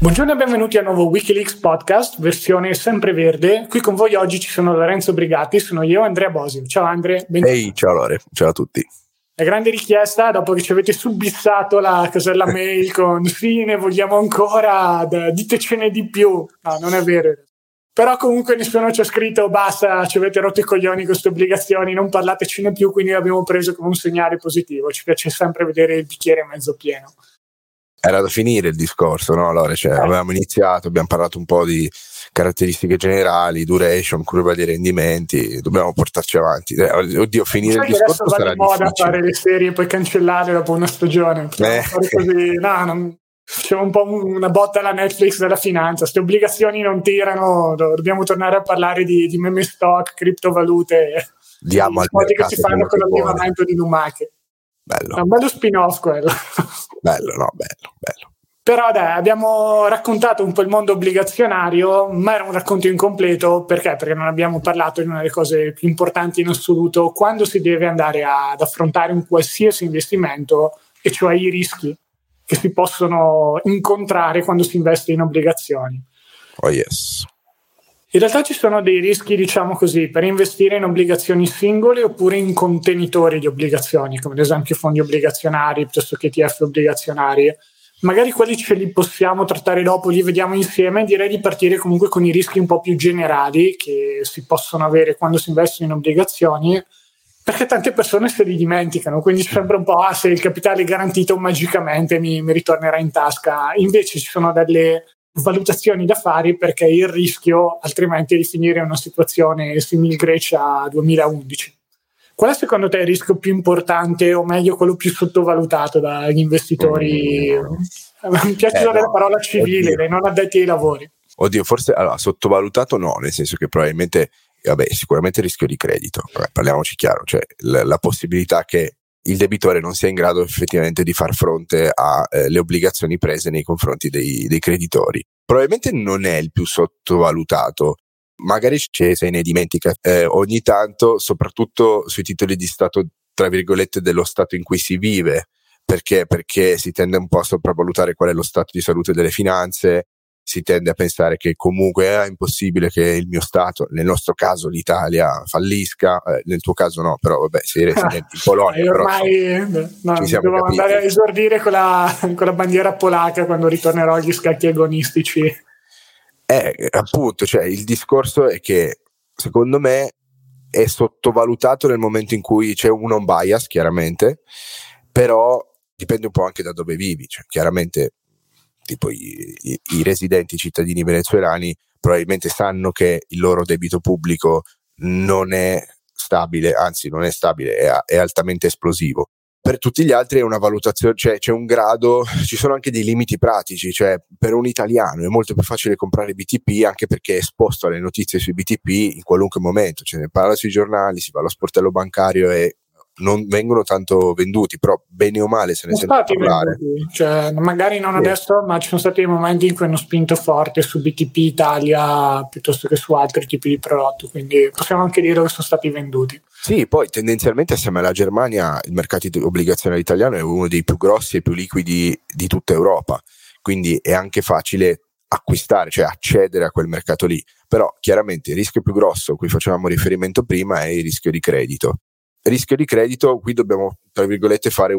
Buongiorno e benvenuti al nuovo Wikileaks podcast, versione sempreverde. Qui con voi oggi ci sono Lorenzo Brigatti, sono io e Andrea Bosio. Ciao Andre. Ehi, ciao Lore, ciao a tutti. La grande richiesta, dopo che ci avete subissato la casella mail con sì, ne vogliamo ancora, ditecene di più. No, non è vero. Però comunque nessuno ci ha scritto basta, ci avete rotto i coglioni con queste obbligazioni, non parlatecene più, quindi l'abbiamo preso come un segnale positivo. Ci piace sempre vedere il bicchiere mezzo pieno. Era da finire il discorso, no? Allora, avevamo iniziato, abbiamo parlato un po' di caratteristiche generali, duration, curva di rendimenti, dobbiamo portarci avanti. Oddio, finire il discorso sarà difficile. Va di moda fare le serie e poi cancellarle dopo una stagione. Fare così, c'è un po' una botta alla Netflix della finanza, queste obbligazioni non tirano, dobbiamo tornare a parlare di meme stock, criptovalute, diamo al mercato che si fanno quello con che l'allevamento di lumache. Bello. È un bello spin-off quello. Bello. Però dai, abbiamo raccontato un po' il mondo obbligazionario, ma era un racconto incompleto. Perché? Perché non abbiamo parlato di una delle cose più importanti in assoluto quando si deve andare ad affrontare un qualsiasi investimento, e cioè i rischi che si possono incontrare quando si investe in obbligazioni. Oh yes. In realtà ci sono dei rischi, diciamo così, per investire in obbligazioni singole oppure in contenitori di obbligazioni, come ad esempio fondi obbligazionari piuttosto che ETF obbligazionari. Magari quelli ce li possiamo trattare dopo, li vediamo insieme. Direi di partire comunque con i rischi un po' più generali che si possono avere quando si investono in obbligazioni, perché tante persone se li dimenticano, quindi c'è sempre un po' se il capitale è garantito magicamente mi ritornerà in tasca. Invece ci sono delle valutazioni da fare, perché il rischio altrimenti è di finire in una situazione simile Grecia 2011. Qual è secondo te il rischio più importante, o meglio quello più sottovalutato dagli investitori? Mi piace usare la parola civile, dai non addetti ai lavori. Oddio, forse sottovalutato no, nel senso che probabilmente, sicuramente il rischio di credito, parliamoci chiaro, cioè la possibilità che il debitore non sia in grado effettivamente di far fronte alle obbligazioni prese nei confronti dei creditori. Probabilmente non è il più sottovalutato, magari se ne dimentica ogni tanto, soprattutto sui titoli di Stato, tra virgolette, dello Stato in cui si vive, perché si tende un po' a sopravvalutare qual è lo stato di salute delle finanze, si tende a pensare che comunque è impossibile che il mio Stato, nel nostro caso l'Italia, fallisca, nel tuo caso no, però vabbè, sei residente in Polonia. Ormai devo andare a esordire con la bandiera polacca quando ritornerò agli scacchi agonistici. Appunto, cioè il discorso è che secondo me è sottovalutato nel momento in cui c'è un on bias, chiaramente, però dipende un po' anche da dove vivi, cioè chiaramente tipo i residenti cittadini venezuelani probabilmente sanno che il loro debito pubblico non è stabile, anzi non è stabile, è altamente esplosivo. Per tutti gli altri è una valutazione, cioè c'è un grado, ci sono anche dei limiti pratici, cioè per un italiano è molto più facile comprare BTP, anche perché è esposto alle notizie sui BTP in qualunque momento, cioè ne parla sui giornali, si va allo sportello bancario e non vengono tanto venduti, però bene o male se ne sente parlare. Cioè, magari non adesso, ma ci sono stati dei momenti in cui hanno spinto forte su BTP Italia piuttosto che su altri tipi di prodotto, quindi possiamo anche dire che sono stati venduti. Sì, poi tendenzialmente assieme alla Germania il mercato obbligazionario italiano è uno dei più grossi e più liquidi di tutta Europa, quindi è anche facile acquistare, cioè accedere a quel mercato lì, però chiaramente il rischio più grosso a cui facevamo riferimento prima è il rischio di credito. Rischio di credito, qui dobbiamo tra virgolette fare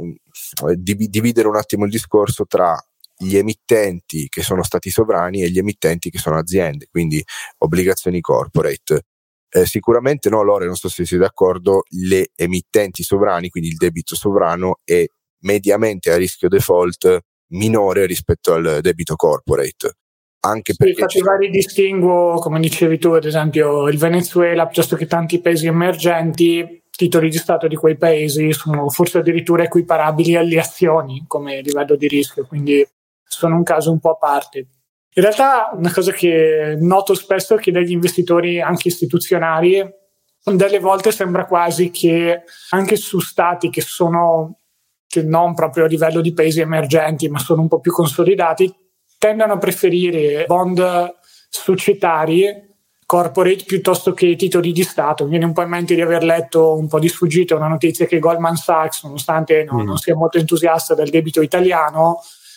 dividere un attimo il discorso tra gli emittenti che sono stati sovrani e gli emittenti che sono aziende, quindi obbligazioni corporate. Sicuramente no, Lore, non so se sei d'accordo, le emittenti sovrani, quindi il debito sovrano è mediamente a rischio default minore rispetto al debito corporate. Anche perché infatti vari distinguo, come dicevi tu, ad esempio il Venezuela piuttosto che tanti paesi emergenti. Titoli di Stato di quei paesi sono forse addirittura equiparabili alle azioni come livello di rischio, quindi sono un caso un po' a parte. In realtà una cosa che noto spesso è che dagli investitori anche istituzionali delle volte sembra quasi che anche su stati che sono non proprio a livello di paesi emergenti ma sono un po' più consolidati tendono a preferire bond societari corporate piuttosto che titoli di Stato. Mi viene un po' in mente di aver letto un po' di sfuggita una notizia che Goldman Sachs, nonostante non sia molto entusiasta del debito italiano,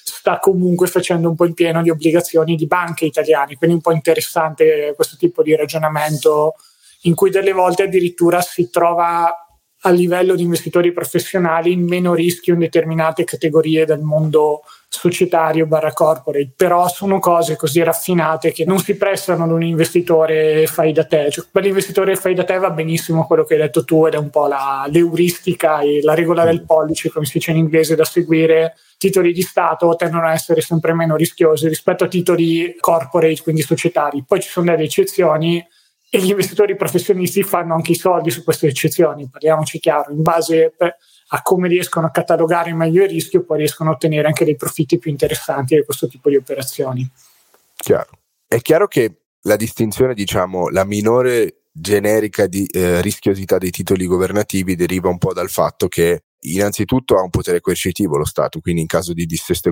sta comunque facendo un po' il pieno di obbligazioni di banche italiane, quindi un po' interessante questo tipo di ragionamento in cui delle volte addirittura si trova a livello di investitori professionali meno rischio in determinate categorie del mondo societario / corporate, però sono cose così raffinate che non si prestano ad un investitore fai da te. Cioè, per l'investitore fai da te va benissimo quello che hai detto tu, ed è un po' l'euristica e la regola del pollice, come si dice in inglese, da seguire. Titoli di Stato tendono a essere sempre meno rischiosi rispetto a titoli corporate, quindi societari. Poi ci sono delle eccezioni e gli investitori professionisti fanno anche i soldi su queste eccezioni, parliamoci chiaro, in base a come riescono a catalogare meglio il rischio, poi riescono a ottenere anche dei profitti più interessanti da questo tipo di operazioni. Chiaro. È chiaro che la distinzione, diciamo, la minore generica di rischiosità dei titoli governativi deriva un po' dal fatto che innanzitutto ha un potere coercitivo lo Stato, quindi in caso di dissesto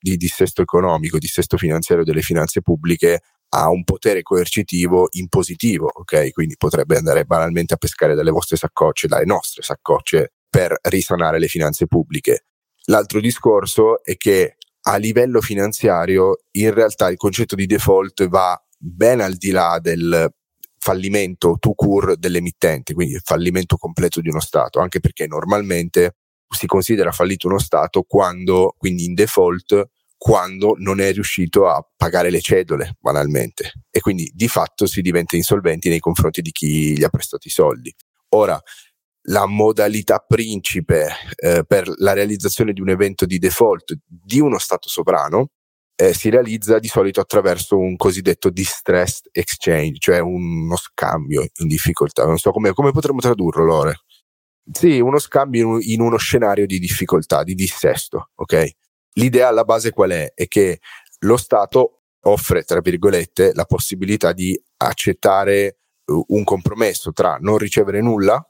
economico, dissesto finanziario delle finanze pubbliche, ha un potere coercitivo impositivo, ok? Quindi potrebbe andare banalmente a pescare dalle vostre saccocce, dalle nostre saccocce, per risanare le finanze pubbliche. L'altro discorso è che a livello finanziario in realtà il concetto di default va ben al di là del fallimento tout court dell'emittente, quindi il fallimento completo di uno Stato, anche perché normalmente si considera fallito uno Stato quando, quindi in default, quando non è riuscito a pagare le cedole, banalmente, e quindi di fatto si diventa insolventi nei confronti di chi gli ha prestato i soldi. Ora, la modalità principe per la realizzazione di un evento di default di uno Stato sovrano si realizza di solito attraverso un cosiddetto distressed exchange, cioè uno scambio in difficoltà. Non so come potremmo tradurlo, Lore? Sì, uno scambio in uno scenario di difficoltà, di dissesto, ok? L'idea alla base qual è? È che lo Stato offre, tra virgolette, la possibilità di accettare un compromesso tra non ricevere nulla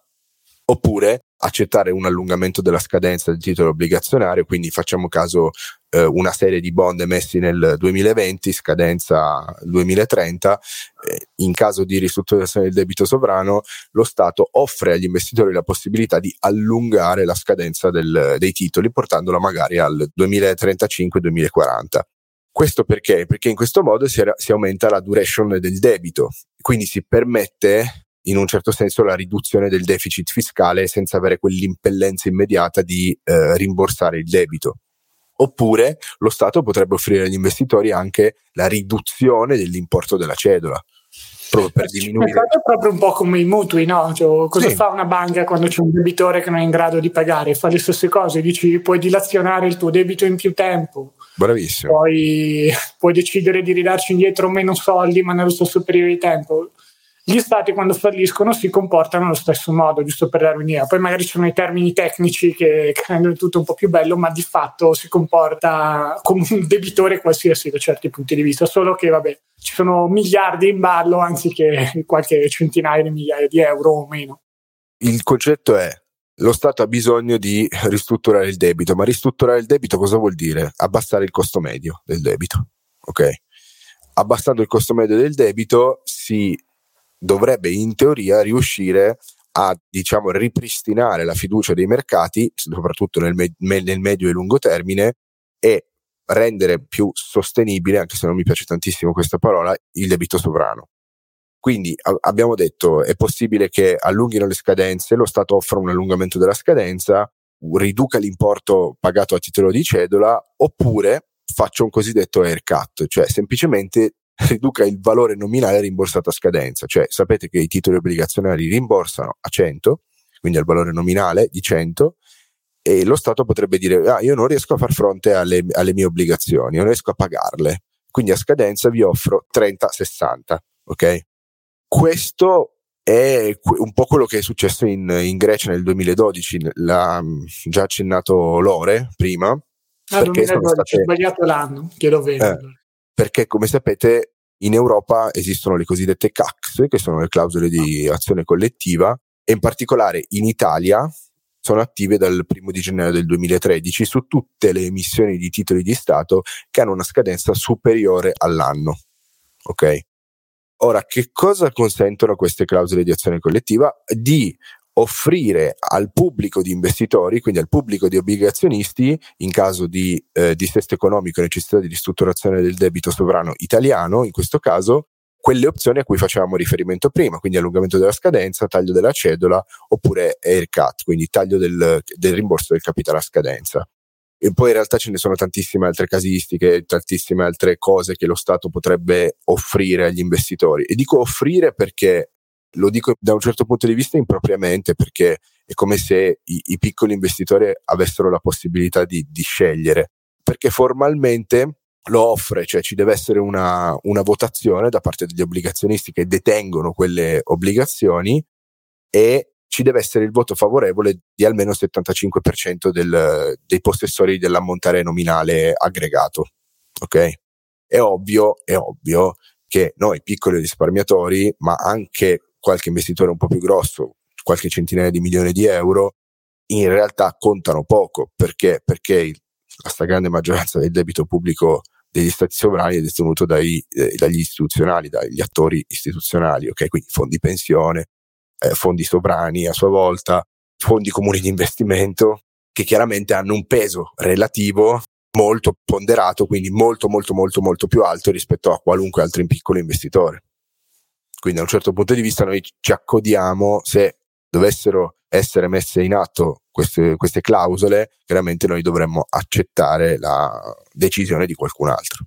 oppure accettare un allungamento della scadenza del titolo obbligazionario, quindi facciamo caso una serie di bond emessi nel 2020, scadenza 2030, in caso di ristrutturazione del debito sovrano lo Stato offre agli investitori la possibilità di allungare la scadenza dei titoli portandola magari al 2035-2040. Questo perché? Perché in questo modo si aumenta la duration del debito, quindi si permette in un certo senso la riduzione del deficit fiscale senza avere quell'impellenza immediata di rimborsare il debito. Oppure lo Stato potrebbe offrire agli investitori anche la riduzione dell'importo della cedola, proprio per diminuire. È proprio un po' come i mutui, no? Cioè, cosa fa una banca quando c'è un debitore che non è in grado di pagare? Fa le stesse cose, dici puoi dilazionare il tuo debito in più tempo. Bravissimo. Poi puoi decidere di ridarci indietro meno soldi, ma nello stesso periodo di tempo. Gli stati quando falliscono si comportano allo stesso modo, giusto per dare un'idea. Poi magari ci sono i termini tecnici che rendono tutto un po' più bello, ma di fatto si comporta come un debitore qualsiasi da certi punti di vista, solo che vabbè, ci sono miliardi in ballo anziché qualche centinaia di migliaia di euro o meno. Il concetto è: lo Stato ha bisogno di ristrutturare il debito, ma ristrutturare il debito cosa vuol dire? Abbassare il costo medio del debito, ok? Abbassando il costo medio del debito si dovrebbe in teoria riuscire a, diciamo, ripristinare la fiducia dei mercati, soprattutto nel medio e lungo termine, e rendere più sostenibile, anche se non mi piace tantissimo questa parola, il debito sovrano. Quindi abbiamo detto è possibile che allunghino le scadenze, lo Stato offra un allungamento della scadenza, riduca l'importo pagato a titolo di cedola, oppure faccia un cosiddetto haircut, cioè semplicemente riduca il valore nominale rimborsato a scadenza. Cioè sapete che i titoli obbligazionari rimborsano a 100, quindi al valore nominale di 100, e lo Stato potrebbe dire io non riesco a far fronte alle mie obbligazioni, non riesco a pagarle, quindi a scadenza vi offro 30-60, ok? Questo è un po' quello che è successo in Grecia nel 2012, l'ha già accennato Lore prima. Perché 2012, ho sbagliato l'anno, chiedo bene. Perché come sapete in Europa esistono le cosiddette CACS, che sono le clausole di azione collettiva, e in particolare in Italia sono attive dal 1 di gennaio del 2013 su tutte le emissioni di titoli di Stato che hanno una scadenza superiore all'anno, ok? Ora, che cosa consentono queste clausole di azione collettiva? Di offrire al pubblico di investitori, quindi al pubblico di obbligazionisti, in caso di dissesto economico e necessità di ristrutturazione del debito sovrano italiano, in questo caso, quelle opzioni a cui facevamo riferimento prima, quindi allungamento della scadenza, taglio della cedola, oppure haircut, quindi taglio del rimborso del capitale a scadenza. E poi in realtà ce ne sono tantissime altre casistiche, tantissime altre cose che lo Stato potrebbe offrire agli investitori. E dico offrire perché lo dico da un certo punto di vista impropriamente, perché è come se i piccoli investitori avessero la possibilità di scegliere, perché formalmente lo offre, cioè ci deve essere una votazione da parte degli obbligazionisti che detengono quelle obbligazioni e ci deve essere il voto favorevole di almeno il 75% dei possessori dell'ammontare nominale aggregato. Ok? È ovvio che noi piccoli risparmiatori, ma anche qualche investitore un po' più grosso, qualche centinaia di milioni di euro, in realtà contano poco. Perché la stragrande maggioranza del debito pubblico degli stati sovrani è detenuto dagli istituzionali, dagli attori istituzionali, ok? Quindi fondi pensione, fondi sovrani a sua volta, fondi comuni di investimento, che chiaramente hanno un peso relativo molto ponderato, quindi molto più alto rispetto a qualunque altro piccolo investitore. Quindi da un certo punto di vista noi ci accodiamo, se dovessero essere messe in atto queste clausole, chiaramente noi dovremmo accettare la decisione di qualcun altro.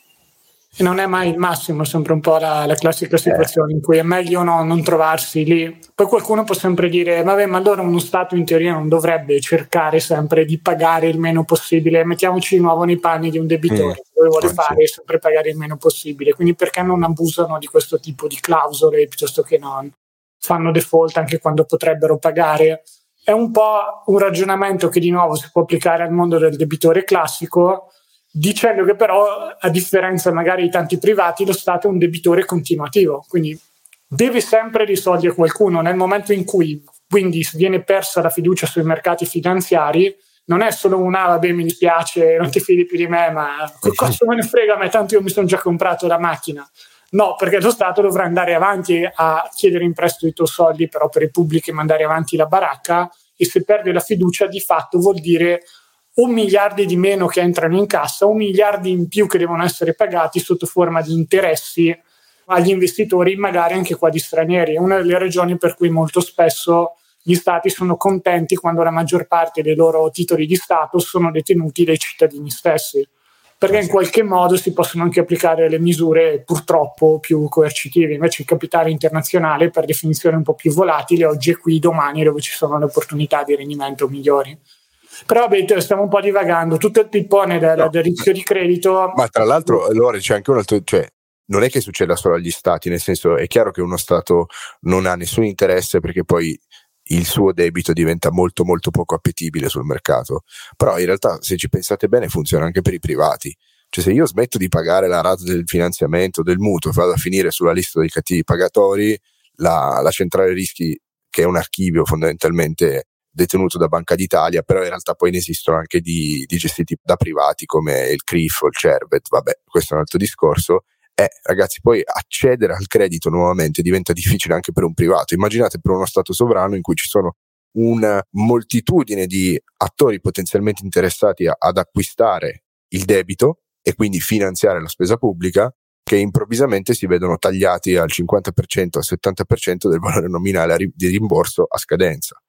E non è mai il massimo, è sempre un po' la classica situazione in cui è meglio non trovarsi lì. Poi qualcuno può sempre dire, vabbè, ma allora uno Stato in teoria non dovrebbe cercare sempre di pagare il meno possibile, mettiamoci di nuovo nei panni di un debitore, quello che vuole fare è sempre pagare il meno possibile, quindi perché non abusano di questo tipo di clausole piuttosto che non fanno default anche quando potrebbero pagare? È un po' un ragionamento che di nuovo si può applicare al mondo del debitore classico, dicendo che però, a differenza magari di tanti privati, lo Stato è un debitore continuativo, quindi deve sempre risolvere qualcuno. Nel momento in cui quindi viene persa la fiducia sui mercati finanziari, non è solo vabbè, mi dispiace, non ti fidi più di me, ma cosa me ne frega a me, tanto io mi sono già comprato la macchina. No, perché lo Stato dovrà andare avanti a chiedere in prestito i tuoi soldi per opere pubbliche e mandare avanti la baracca, e se perde la fiducia di fatto vuol dire o miliardi di meno che entrano in cassa o miliardi in più che devono essere pagati sotto forma di interessi agli investitori, magari anche qua di stranieri. È una delle ragioni per cui molto spesso gli stati sono contenti quando la maggior parte dei loro titoli di Stato sono detenuti dai cittadini stessi, perché in qualche modo si possono anche applicare le misure purtroppo più coercitive. Invece il capitale internazionale, per definizione un po' più volatile, oggi è qui, domani dove ci sono le opportunità di rendimento migliori. Però stiamo un po' divagando, tutto il pippone del rischio di credito. Ma tra l'altro allora c'è anche un altro, cioè non è che succeda solo agli stati, nel senso è chiaro che uno stato non ha nessun interesse perché poi il suo debito diventa molto poco appetibile sul mercato, però in realtà se ci pensate bene funziona anche per i privati. Cioè se io smetto di pagare la rata del finanziamento, del mutuo, vado a finire sulla lista dei cattivi pagatori, la centrale rischi, che è un archivio fondamentalmente detenuto da Banca d'Italia, però in realtà poi ne esistono anche di gestiti da privati come il CRIF o il Cervet, vabbè, questo è un altro discorso. Ragazzi, poi accedere al credito nuovamente diventa difficile anche per un privato. Immaginate per uno stato sovrano in cui ci sono una moltitudine di attori potenzialmente interessati ad acquistare il debito e quindi finanziare la spesa pubblica, che improvvisamente si vedono tagliati al 50%, al 70% del valore nominale di rimborso a scadenza.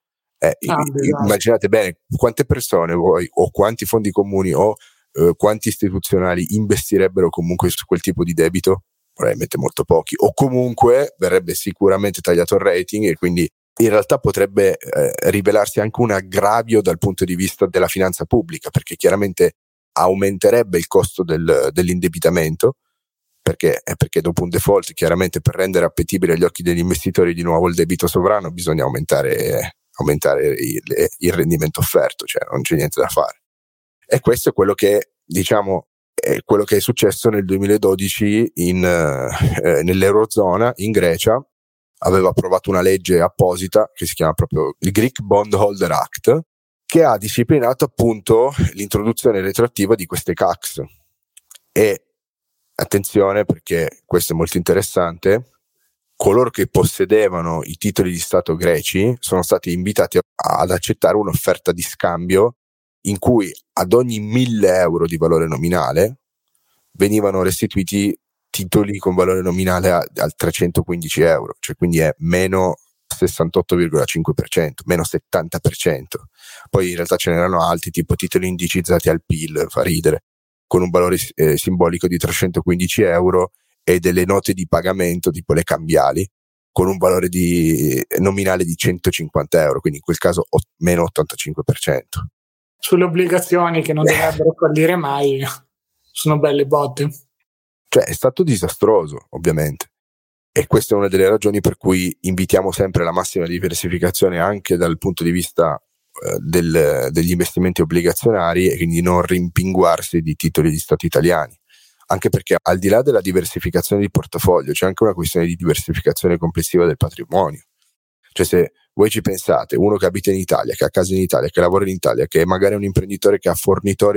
Immaginate bene quante persone voi o quanti fondi comuni o quanti istituzionali investirebbero comunque su quel tipo di debito? Probabilmente molto pochi, o comunque verrebbe sicuramente tagliato il rating e quindi in realtà potrebbe rivelarsi anche un aggravio dal punto di vista della finanza pubblica, perché chiaramente aumenterebbe il costo dell'indebitamento, perché dopo un default chiaramente per rendere appetibile agli occhi degli investitori di nuovo il debito sovrano bisogna aumentare il rendimento offerto, cioè non c'è niente da fare. E questo è quello che è successo nel 2012 nell'Eurozona. In Grecia aveva approvato una legge apposita che si chiama proprio il Greek Bondholder Act, che ha disciplinato appunto l'introduzione retroattiva di queste CACS. E attenzione, perché questo è molto interessante, coloro che possedevano i titoli di Stato greci sono stati invitati ad accettare un'offerta di scambio in cui ad ogni 1.000 euro di valore nominale venivano restituiti titoli con valore nominale al 315 euro, cioè quindi è meno 68,5%, meno 70%. Poi in realtà ce n'erano altri, tipo titoli indicizzati al PIL, fa ridere, con un valore simbolico di 315 euro, e delle note di pagamento, tipo le cambiali, con un valore nominale di 150 euro, quindi in quel caso meno 85%. Sulle obbligazioni che non dovrebbero fallire mai, sono belle botte. Cioè è stato disastroso, ovviamente. E questa è una delle ragioni per cui invitiamo sempre la massima diversificazione anche dal punto di vista degli investimenti obbligazionari, e quindi non rimpinguarsi di titoli di Stato italiani, anche perché al di là della diversificazione di portafoglio c'è anche una questione di diversificazione complessiva del patrimonio. Cioè, se voi ci pensate, uno che abita in Italia, che ha casa in Italia, che lavora in Italia, che magari è un imprenditore che ha fornitori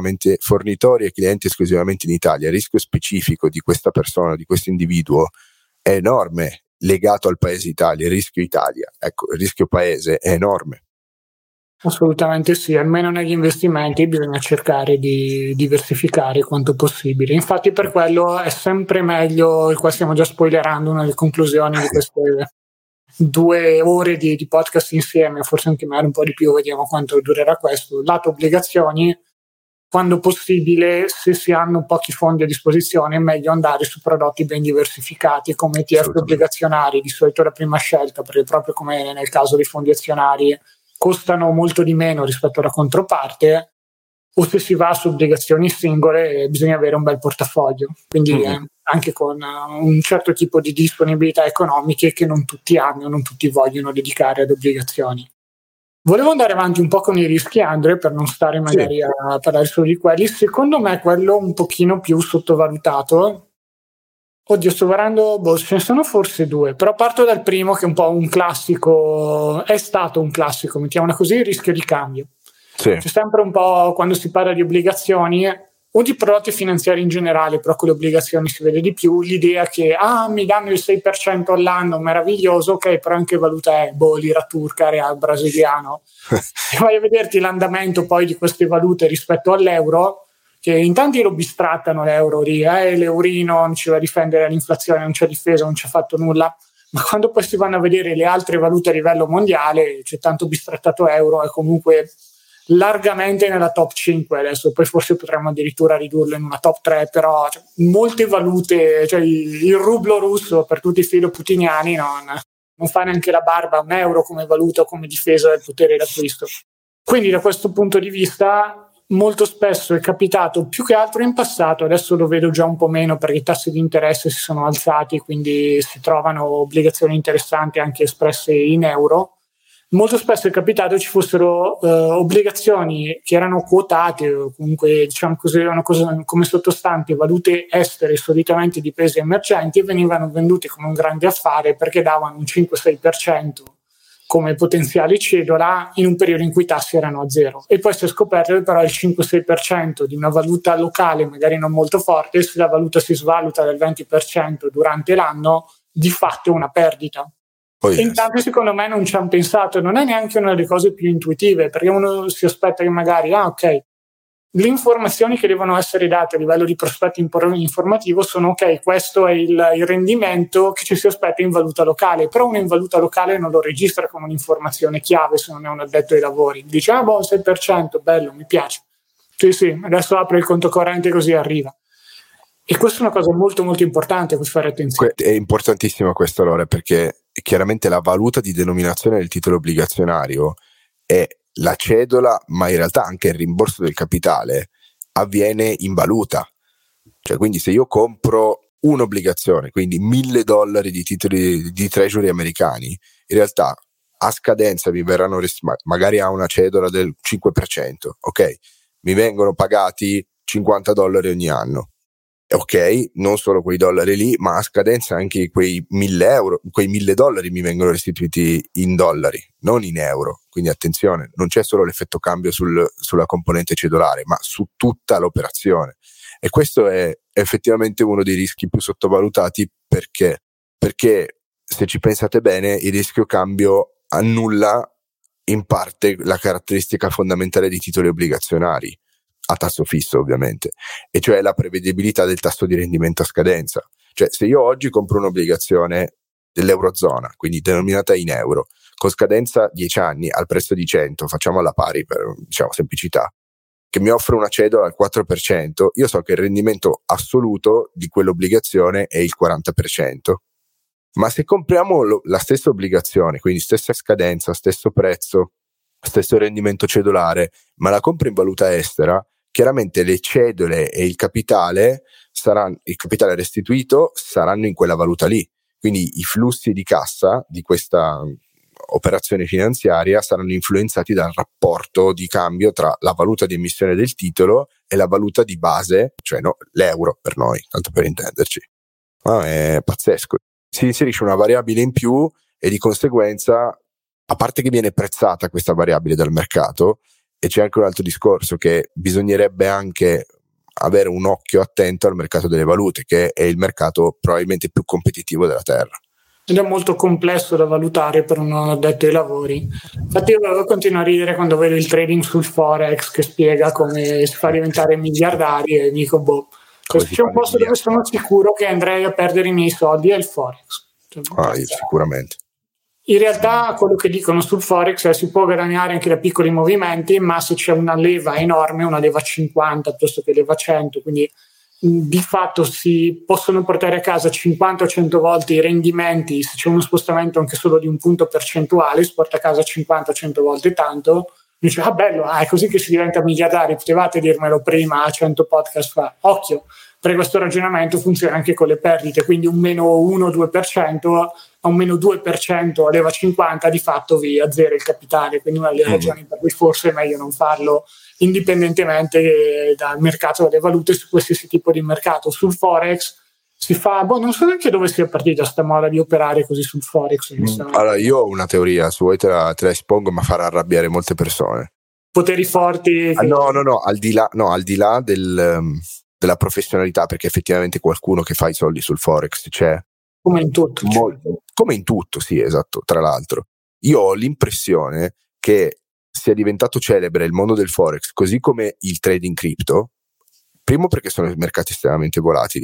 e clienti esclusivamente in Italia, il rischio specifico di questa persona, di questo individuo, è enorme, legato al paese Italia, il rischio Italia, ecco, il rischio paese è enorme. Assolutamente sì, almeno negli investimenti bisogna cercare di diversificare quanto possibile. Infatti per quello è sempre meglio, e qua stiamo già spoilerando una delle conclusioni di queste 2 ore di podcast insieme, forse anche magari un po' di più, vediamo quanto durerà questo. Lato obbligazioni, quando possibile, se si hanno pochi fondi a disposizione, è meglio andare su prodotti ben diversificati come ETF obbligazionari, di solito la prima scelta, perché proprio come nel caso dei fondi azionari costano molto di meno rispetto alla controparte, o se si va su obbligazioni singole bisogna avere un bel portafoglio, quindi anche con un certo tipo di disponibilità economiche che non tutti hanno, non tutti vogliono dedicare ad obbligazioni. Volevo andare avanti un po' con i rischi, Andre, per non stare magari a parlare solo di quelli. Secondo me quello un pochino più sottovalutato, oddio, sto guardando, ce ne sono forse 2, però parto dal primo, che è un po' un classico, è stato un classico, mettiamola così, il rischio di cambio. C'è sempre un po', quando si parla di obbligazioni o di prodotti finanziari in generale, però con le obbligazioni si vede di più, l'idea che mi danno il 6% all'anno, meraviglioso, ok, però anche valuta è lira turca, real brasiliano. E vai a vederti l'andamento poi di queste valute rispetto all'euro, che in tanti lo bistrattano l'euro, l'eurino non ci va a difendere l'inflazione, non c'è difesa, non ci ha fatto nulla, ma quando poi si vanno a vedere le altre valute a livello mondiale, c'è tanto bistrattato euro, è comunque largamente nella top 5 adesso, poi forse potremmo addirittura ridurlo in una top 3, però molte valute, cioè il rublo russo per tutti i filo putiniani non fa neanche la barba a un euro come valuta o come difesa del potere d'acquisto. Quindi da questo punto di vista molto spesso è capitato, più che altro in passato, adesso lo vedo già un po' meno perché i tassi di interesse si sono alzati, quindi si trovano obbligazioni interessanti anche espresse in euro. Molto spesso è capitato che ci fossero obbligazioni che erano quotate o comunque diciamo così, erano come sottostanti valute estere solitamente di paesi emergenti, e venivano vendute come un grande affare perché davano un 5-6% come potenziale cedola in un periodo in cui i tassi erano a zero. E poi si è scoperto che però il 5-6% di una valuta locale magari non molto forte, se la valuta si svaluta del 20% durante l'anno, di fatto è una perdita. E intanto secondo me non ci hanno pensato, non è neanche una delle cose più intuitive, perché uno si aspetta che magari ok, le informazioni che devono essere date a livello di prospetto informativo sono ok, questo è il rendimento che ci si aspetta in valuta locale, però uno in valuta locale non lo registra come un'informazione chiave se non è un addetto ai lavori, dice 6%, bello, mi piace, sì, adesso apro il conto corrente così arriva. E questa è una cosa molto molto importante a cui fare attenzione. È importantissimo questo, allora, perché chiaramente la valuta di denominazione del titolo obbligazionario è la cedola, ma in realtà anche il rimborso del capitale avviene in valuta. Cioè, quindi se io compro un'obbligazione, quindi $1.000 di titoli di treasury americani, in realtà a scadenza mi verranno magari a una cedola del 5%, ok? Mi vengono pagati $50 ogni anno. Ok, non solo quei dollari lì, ma a scadenza anche quei $1.000 mi vengono restituiti in dollari, non in euro. Quindi attenzione, non c'è solo l'effetto cambio sulla componente cedolare, ma su tutta l'operazione. E questo è effettivamente uno dei rischi più sottovalutati perché se ci pensate bene, il rischio cambio annulla in parte la caratteristica fondamentale dei titoli obbligazionari, a tasso fisso ovviamente, e cioè la prevedibilità del tasso di rendimento a scadenza. Cioè, se io oggi compro un'obbligazione dell'Eurozona, quindi denominata in euro, con scadenza 10 anni al prezzo di 100, facciamo alla pari per, diciamo, semplicità, che mi offre una cedola al 4%, io so che il rendimento assoluto di quell'obbligazione è il 40%. Ma se compriamo la stessa obbligazione, quindi stessa scadenza, stesso prezzo, stesso rendimento cedolare, ma la compro in valuta estera, chiaramente le cedole e il capitale restituito saranno in quella valuta lì. Quindi i flussi di cassa di questa operazione finanziaria saranno influenzati dal rapporto di cambio tra la valuta di emissione del titolo e la valuta di base, cioè l'euro per noi, tanto per intenderci. È pazzesco. Si inserisce una variabile in più e di conseguenza, a parte che viene prezzata questa variabile dal mercato, e c'è anche un altro discorso, che bisognerebbe anche avere un occhio attento al mercato delle valute, che è il mercato probabilmente più competitivo della terra. Ed è molto complesso da valutare per un addetto ai lavori. Infatti io continuo a ridere quando vedo il trading sul Forex che spiega come si fa diventare miliardari e dico, se c'è un posto dove sono sicuro che andrei a perdere i miei soldi è il Forex. Sicuramente. In realtà quello che dicono sul Forex è che si può guadagnare anche da piccoli movimenti, ma se c'è una leva enorme, una leva 50 piuttosto che leva 100, quindi di fatto si possono portare a casa 50 o 100 volte i rendimenti. Se c'è uno spostamento anche solo di un punto percentuale, si porta a casa 50 o 100 volte tanto. Dice, bello, è così che si diventa miliardari, potevate dirmelo prima a 100 podcast fa. Occhio, perché questo ragionamento funziona anche con le perdite, quindi un meno 1-2% a un meno 2% a leva 50 di fatto vi azzera il capitale, quindi una delle ragioni per cui forse è meglio non farlo indipendentemente dal mercato delle valute su qualsiasi tipo di mercato. Sul Forex si fa, non so neanche dove sia partita sta moda di operare così sul Forex. Allora, io ho una teoria, se vuoi te la espongo, ma farà arrabbiare molte persone. Poteri forti? No, al di là della professionalità, perché effettivamente qualcuno che fa i soldi sul Forex c'è. Come in tutto. Come in tutto, sì, esatto. Tra l'altro, io ho l'impressione che sia diventato celebre il mondo del Forex, così come il trading cripto, primo perché sono mercati estremamente volatili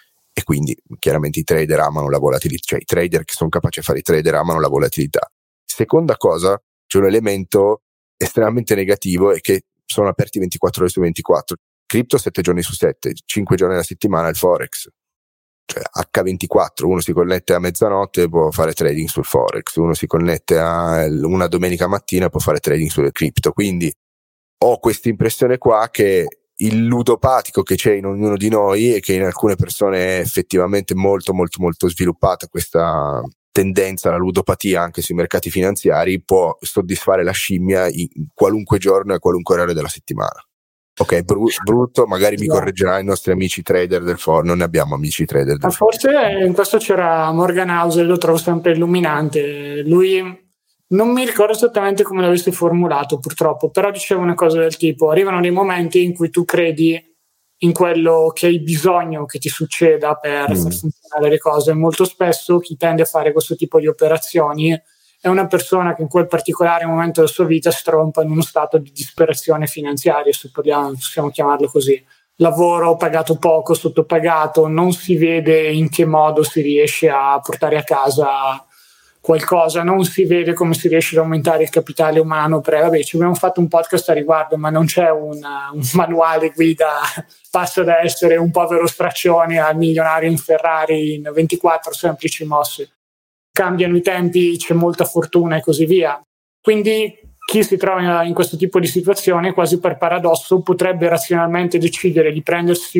e quindi chiaramente i trader amano la volatilità, cioè i trader che sono capaci di fare i trader amano la volatilità. Seconda cosa, c'è un elemento estremamente negativo, è che sono aperti 24 ore su 24, cripto 7 giorni su 7, 5 giorni alla settimana il Forex, cioè H24, uno si connette a mezzanotte e può fare trading sul Forex, uno si connette a una domenica mattina e può fare trading sulle cripto. Quindi ho questa impressione qua che il ludopatico che c'è in ognuno di noi, e che in alcune persone è effettivamente molto molto molto sviluppata questa tendenza alla ludopatia anche sui mercati finanziari, può soddisfare la scimmia in qualunque giorno e qualunque orario della settimana. Ok, brutto, magari mi correggeranno i nostri amici trader del Forex, non ne abbiamo amici trader del Forex. Forse in questo c'era Morgan Housel, lo trovo sempre illuminante. Lui, non mi ricordo esattamente come l'avesse formulato purtroppo, però diceva una cosa del tipo: arrivano dei momenti in cui tu credi in quello che hai bisogno che ti succeda per far funzionare le cose. Molto spesso chi tende a fare questo tipo di operazioni è una persona che in quel particolare momento della sua vita si trova un po' in uno stato di disperazione finanziaria, se possiamo chiamarlo così. Lavoro pagato poco, sottopagato, non si vede in che modo si riesce a portare a casa qualcosa, non si vede come si riesce ad aumentare il capitale umano. Ci abbiamo fatto un podcast a riguardo, ma non c'è un manuale guida, passa da essere un povero straccione al milionario in Ferrari in 24 semplici mosse. Cambiano i tempi, c'è molta fortuna e così via. Quindi chi si trova in questo tipo di situazione, quasi per paradosso, potrebbe razionalmente decidere di prendersi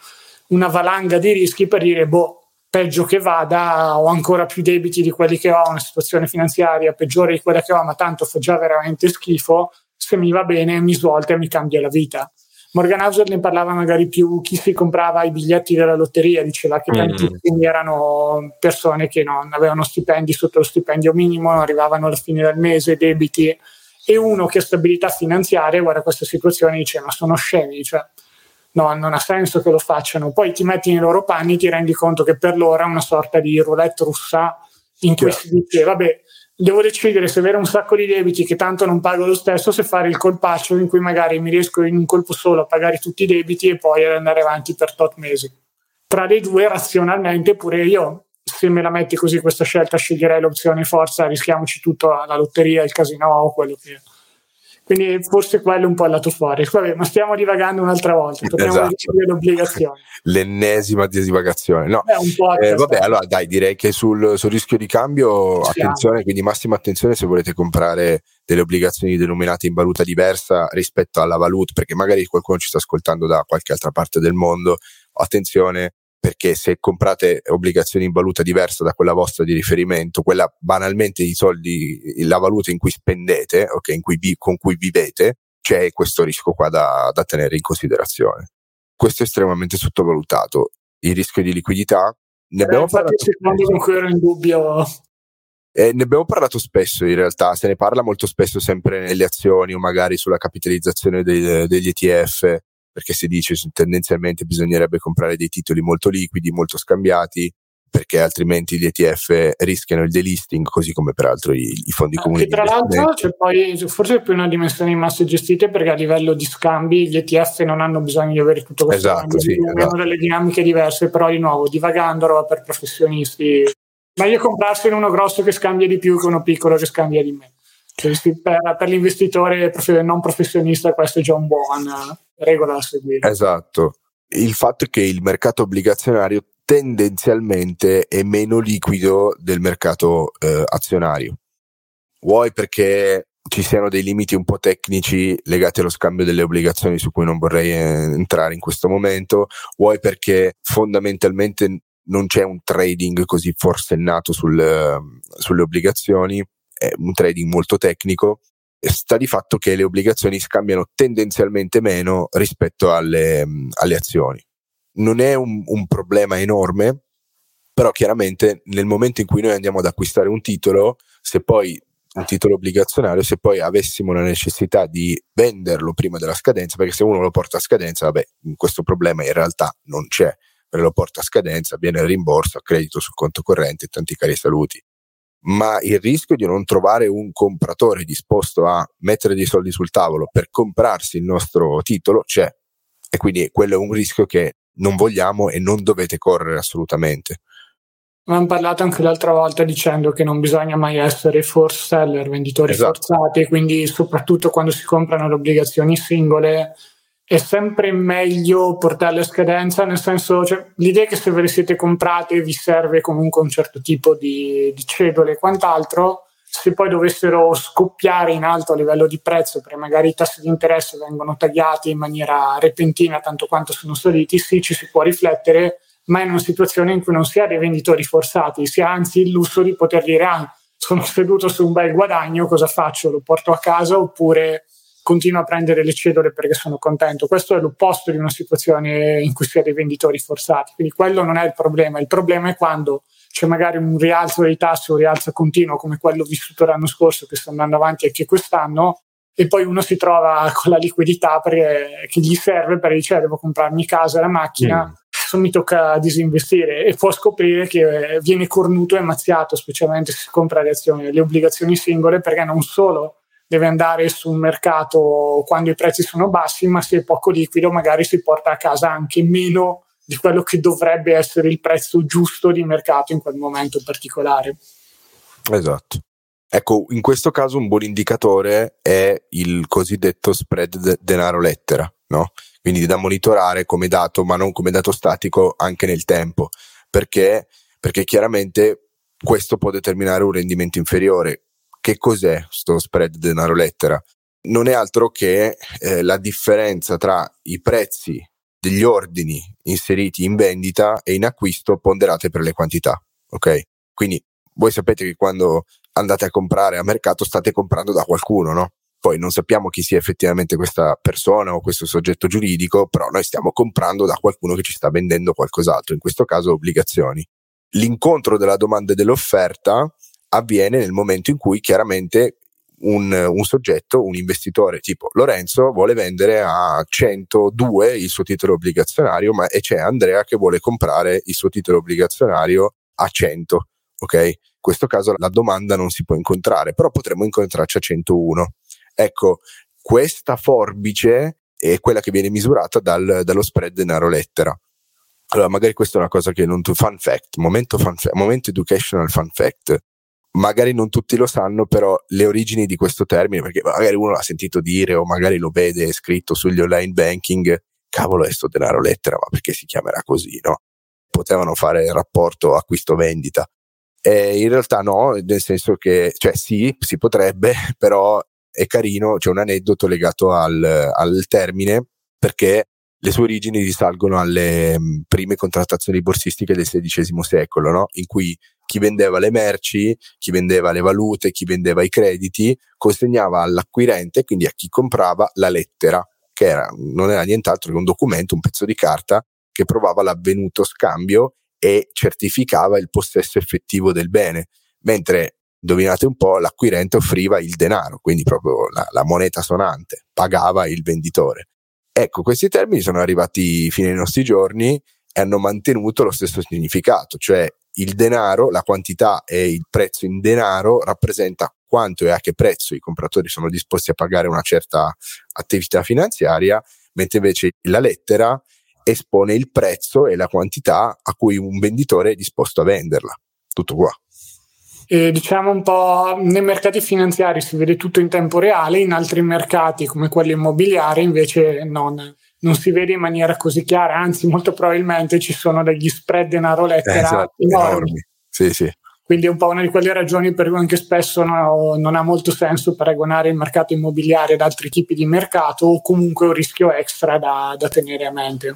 una valanga di rischi per dire peggio che vada, ho ancora più debiti di quelli che ho, una situazione finanziaria peggiore di quella che ho, ma tanto fa già veramente schifo, se mi va bene mi svolta e mi cambia la vita. Morgan Housel ne parlava magari più chi si comprava i biglietti della lotteria, diceva che tantissimi erano persone che non avevano stipendi sotto lo stipendio minimo, non arrivavano alla fine del mese, debiti, e uno che ha stabilità finanziaria guarda questa situazione e dice: ma sono scemi, cioè no, non ha senso che lo facciano. Poi ti metti nei loro panni, ti rendi conto che per loro è una sorta di roulette russa in cui si dice vabbè, devo decidere se avere un sacco di debiti che tanto non pago lo stesso, se fare il colpaccio in cui magari mi riesco in un colpo solo a pagare tutti i debiti e poi ad andare avanti per tot mesi. Tra le due, razionalmente, pure io, se me la metti così questa scelta, sceglierei l'opzione forza, rischiamoci tutto, la lotteria, il casino o quello che è. Quindi forse quello è un po' il lato fuori. Vabbè, ma stiamo divagando un'altra volta, torniamo alle obbligazioni. L'ennesima divagazione. No, vabbè, allora dai, direi che sul rischio di cambio attenzione, quindi massima attenzione se volete comprare delle obbligazioni denominate in valuta diversa rispetto alla valuta, perché magari qualcuno ci sta ascoltando da qualche altra parte del mondo. Attenzione, perché se comprate obbligazioni in valuta diversa da quella vostra di riferimento, quella banalmente i soldi, la valuta in cui spendete, ok, con cui vivete, c'è questo rischio qua da tenere in considerazione. Questo è estremamente sottovalutato. Il rischio di liquidità ne abbiamo parlato in dubbio. Ne abbiamo parlato spesso, in realtà se ne parla molto spesso sempre nelle azioni o magari sulla capitalizzazione degli ETF, perché si dice tendenzialmente bisognerebbe comprare dei titoli molto liquidi, molto scambiati, perché altrimenti gli ETF rischiano il delisting, così come peraltro i fondi comuni. E tra l'altro c'è poi forse più una dimensione di masse gestite, perché a livello di scambi gli ETF non hanno bisogno di avere tutto questo. Esatto, hanno delle dinamiche diverse, però di nuovo divagando roba per professionisti. Meglio comprarsi in uno grosso che scambia di più che uno piccolo che scambia di meno. Per l'investitore non professionista questa è già un buon regola da seguire. Esatto. Il fatto è che il mercato obbligazionario tendenzialmente è meno liquido del mercato azionario. Vuoi perché ci siano dei limiti un po' tecnici legati allo scambio delle obbligazioni su cui non vorrei entrare in questo momento, vuoi perché fondamentalmente non c'è un trading così forsennato sulle obbligazioni, è un trading molto tecnico. Sta di fatto che le obbligazioni scambiano tendenzialmente meno rispetto alle azioni. Non è un problema enorme, però chiaramente nel momento in cui noi andiamo ad acquistare un titolo obbligazionario, se poi avessimo la necessità di venderlo prima della scadenza, perché se uno lo porta a scadenza, vabbè, questo problema in realtà non c'è, perché lo porta a scadenza, viene il rimborso a credito sul conto corrente, tanti cari saluti. Ma il rischio di non trovare un compratore disposto a mettere dei soldi sul tavolo per comprarsi il nostro titolo c'è, e quindi quello è un rischio che non vogliamo e non dovete correre assolutamente. Abbiamo parlato anche l'altra volta dicendo che non bisogna mai essere force seller, venditori forzati, quindi soprattutto quando si comprano le obbligazioni singole è sempre meglio portarle a scadenza, nel senso, l'idea è che se ve le siete comprate vi serve comunque un certo tipo di cedole e quant'altro. Se poi dovessero scoppiare in alto a livello di prezzo, perché magari i tassi di interesse vengono tagliati in maniera repentina tanto quanto sono saliti, sì, ci si può riflettere, ma in una situazione in cui non si ha dei venditori forzati, si ha anzi il lusso di poter dire sono seduto su un bel guadagno, cosa faccio? Lo porto a casa oppure continuo a prendere le cedole perché sono contento? Questo è l'opposto di una situazione in cui si ha dei venditori forzati, quindi quello non è il problema è quando c'è magari un rialzo dei tassi o un rialzo continuo come quello vissuto l'anno scorso, che sta andando avanti anche quest'anno, e poi uno si trova con la liquidità che gli serve per dire devo comprarmi casa e la macchina, adesso mi tocca disinvestire, e può scoprire che viene cornuto e mazziato, specialmente se si compra le obbligazioni singole, perché non solo deve andare su un mercato quando i prezzi sono bassi, ma se è poco liquido magari si porta a casa anche meno di quello che dovrebbe essere il prezzo giusto di mercato in quel momento particolare. Esatto. Ecco, in questo caso un buon indicatore è il cosiddetto spread denaro-lettera, no? Quindi da monitorare come dato, ma non come dato statico anche nel tempo, perché chiaramente questo può determinare un rendimento inferiore. Che cos'è sto spread denaro-lettera? Non è altro che la differenza tra i prezzi degli ordini inseriti in vendita e in acquisto ponderate per le quantità, ok? Quindi voi sapete che quando andate a comprare a mercato state comprando da qualcuno, no? Poi non sappiamo chi sia effettivamente questa persona o questo soggetto giuridico, però noi stiamo comprando da qualcuno che ci sta vendendo qualcos'altro, in questo caso obbligazioni. L'incontro della domanda e dell'offerta avviene nel momento in cui chiaramente un soggetto, un investitore tipo Lorenzo vuole vendere a 102 il suo titolo obbligazionario, e c'è Andrea che vuole comprare il suo titolo obbligazionario a 100, ok? questo caso la domanda non si può incontrare, però potremmo incontrarci a 101. Ecco, questa forbice è quella che viene misurata dallo spread denaro-lettera. Allora, magari questa è una cosa che non tu, momento educational fun fact. Magari non tutti lo sanno, però le origini di questo termine, perché magari uno l'ha sentito dire o magari lo vede scritto sugli online banking, cavolo è sto denaro lettera, ma perché si chiamerà così, no? Potevano fare il rapporto acquisto-vendita. In realtà no, nel senso che, cioè sì, si potrebbe, però è carino, c'è un aneddoto legato al termine, perché le sue origini risalgono alle prime contrattazioni borsistiche del XVI secolo, no? In cui chi vendeva le merci, chi vendeva le valute, chi vendeva i crediti, consegnava all'acquirente, quindi a chi comprava, la lettera, che non era nient'altro che un documento, un pezzo di carta che provava l'avvenuto scambio e certificava il possesso effettivo del bene, mentre, indovinate un po', l'acquirente offriva il denaro, quindi proprio la moneta sonante, pagava il venditore. Ecco, questi termini sono arrivati fino ai nostri giorni e hanno mantenuto lo stesso significato, cioè il denaro, la quantità e il prezzo in denaro rappresenta quanto e a che prezzo i compratori sono disposti a pagare una certa attività finanziaria, mentre invece la lettera espone il prezzo e la quantità a cui un venditore è disposto a venderla. Tutto qua. E diciamo un po' nei mercati finanziari si vede tutto in tempo reale, in altri mercati come quelli immobiliari invece non si vede in maniera così chiara, anzi molto probabilmente ci sono degli spread denaro-lettera enormi. Sì. Quindi è un po' una di quelle ragioni per cui anche spesso non ha molto senso paragonare il mercato immobiliare ad altri tipi di mercato, o comunque un rischio extra da tenere a mente.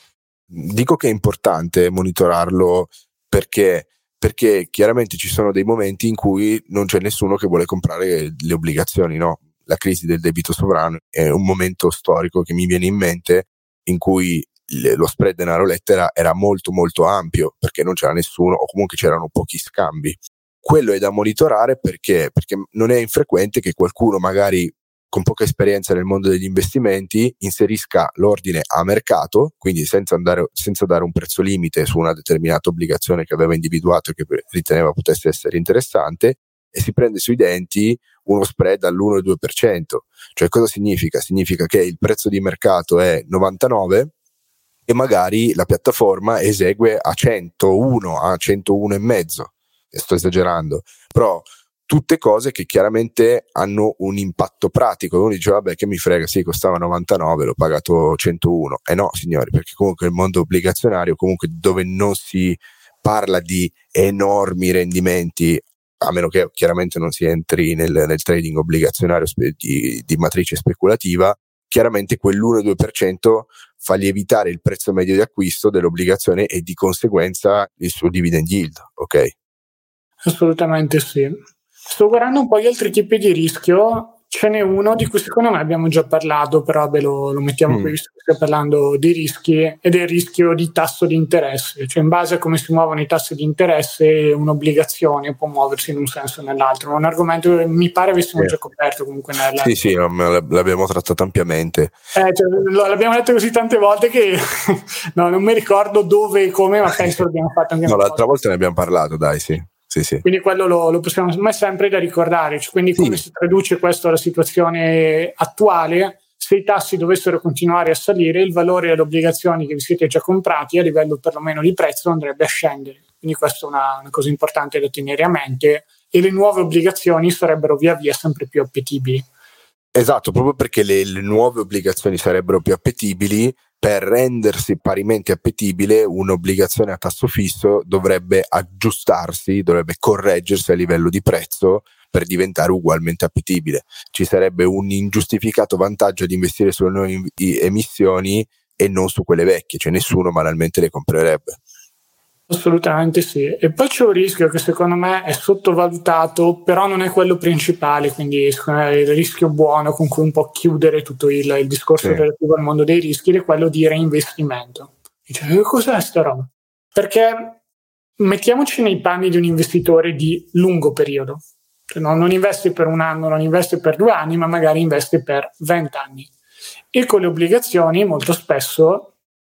Dico che è importante monitorarlo perché chiaramente ci sono dei momenti in cui non c'è nessuno che vuole comprare le obbligazioni, no? La crisi del debito sovrano è un momento storico che mi viene in mente in cui lo spread denaro-lettera era molto molto ampio perché non c'era nessuno o comunque c'erano pochi scambi. Quello è da monitorare perché non è infrequente che qualcuno magari con poca esperienza nel mondo degli investimenti inserisca l'ordine a mercato, quindi senza dare un prezzo limite su una determinata obbligazione che aveva individuato e che riteneva potesse essere interessante, e si prende sui denti uno spread all'1-2%. Cioè cosa significa? Significa che il prezzo di mercato è 99 e magari la piattaforma esegue a 101, a 101,5. Sto esagerando, però tutte cose che chiaramente hanno un impatto pratico. Uno dice vabbè, che mi frega, sì, costava 99, l'ho pagato 101. No signori, perché comunque il mondo obbligazionario, comunque dove non si parla di enormi rendimenti, a meno che chiaramente non si entri nel trading obbligazionario di matrice speculativa, chiaramente quell'1-2% fa lievitare il prezzo medio di acquisto dell'obbligazione e di conseguenza il suo dividend yield, ok? Assolutamente sì. Sto guardando un po' gli altri tipi di rischio, ce n'è uno di cui secondo me abbiamo già parlato, però lo mettiamo qui visto che stiamo parlando di rischi, ed è il rischio di tasso di interesse, cioè in base a come si muovono i tassi di interesse un'obbligazione può muoversi in un senso o nell'altro. È un argomento che mi pare avessimo già coperto comunque Sì, l'abbiamo trattato ampiamente. L'abbiamo detto così tante volte che no, non mi ricordo dove e come, ma penso l'abbiamo fatto anche l'altra volta ne abbiamo parlato, dai, sì. Quindi quello lo possiamo, ma è sempre da ricordare, cioè, quindi come si traduce questo alla situazione attuale? Se i tassi dovessero continuare a salire, il valore delle obbligazioni che vi siete già comprati a livello perlomeno di prezzo andrebbe a scendere, quindi questa è una cosa importante da tenere a mente, e le nuove obbligazioni sarebbero via via sempre più appetibili. Esatto, proprio perché le nuove obbligazioni sarebbero più appetibili. Per rendersi parimenti appetibile, un'obbligazione a tasso fisso dovrebbe aggiustarsi, dovrebbe correggersi a livello di prezzo per diventare ugualmente appetibile. Ci sarebbe un ingiustificato vantaggio di investire sulle nuove emissioni e non su quelle vecchie, cioè nessuno banalmente le comprerebbe. Assolutamente sì. E poi c'è un rischio che secondo me è sottovalutato, però non è quello principale, quindi secondo me è il rischio buono con cui un po' chiudere tutto il discorso relativo al mondo dei rischi, è quello di reinvestimento. Dice, cos'è sta roba? Perché mettiamoci nei panni di un investitore di lungo periodo, cioè non investe per un anno, non investe per 2 anni, ma magari investe per 20 anni. E con le obbligazioni molto spesso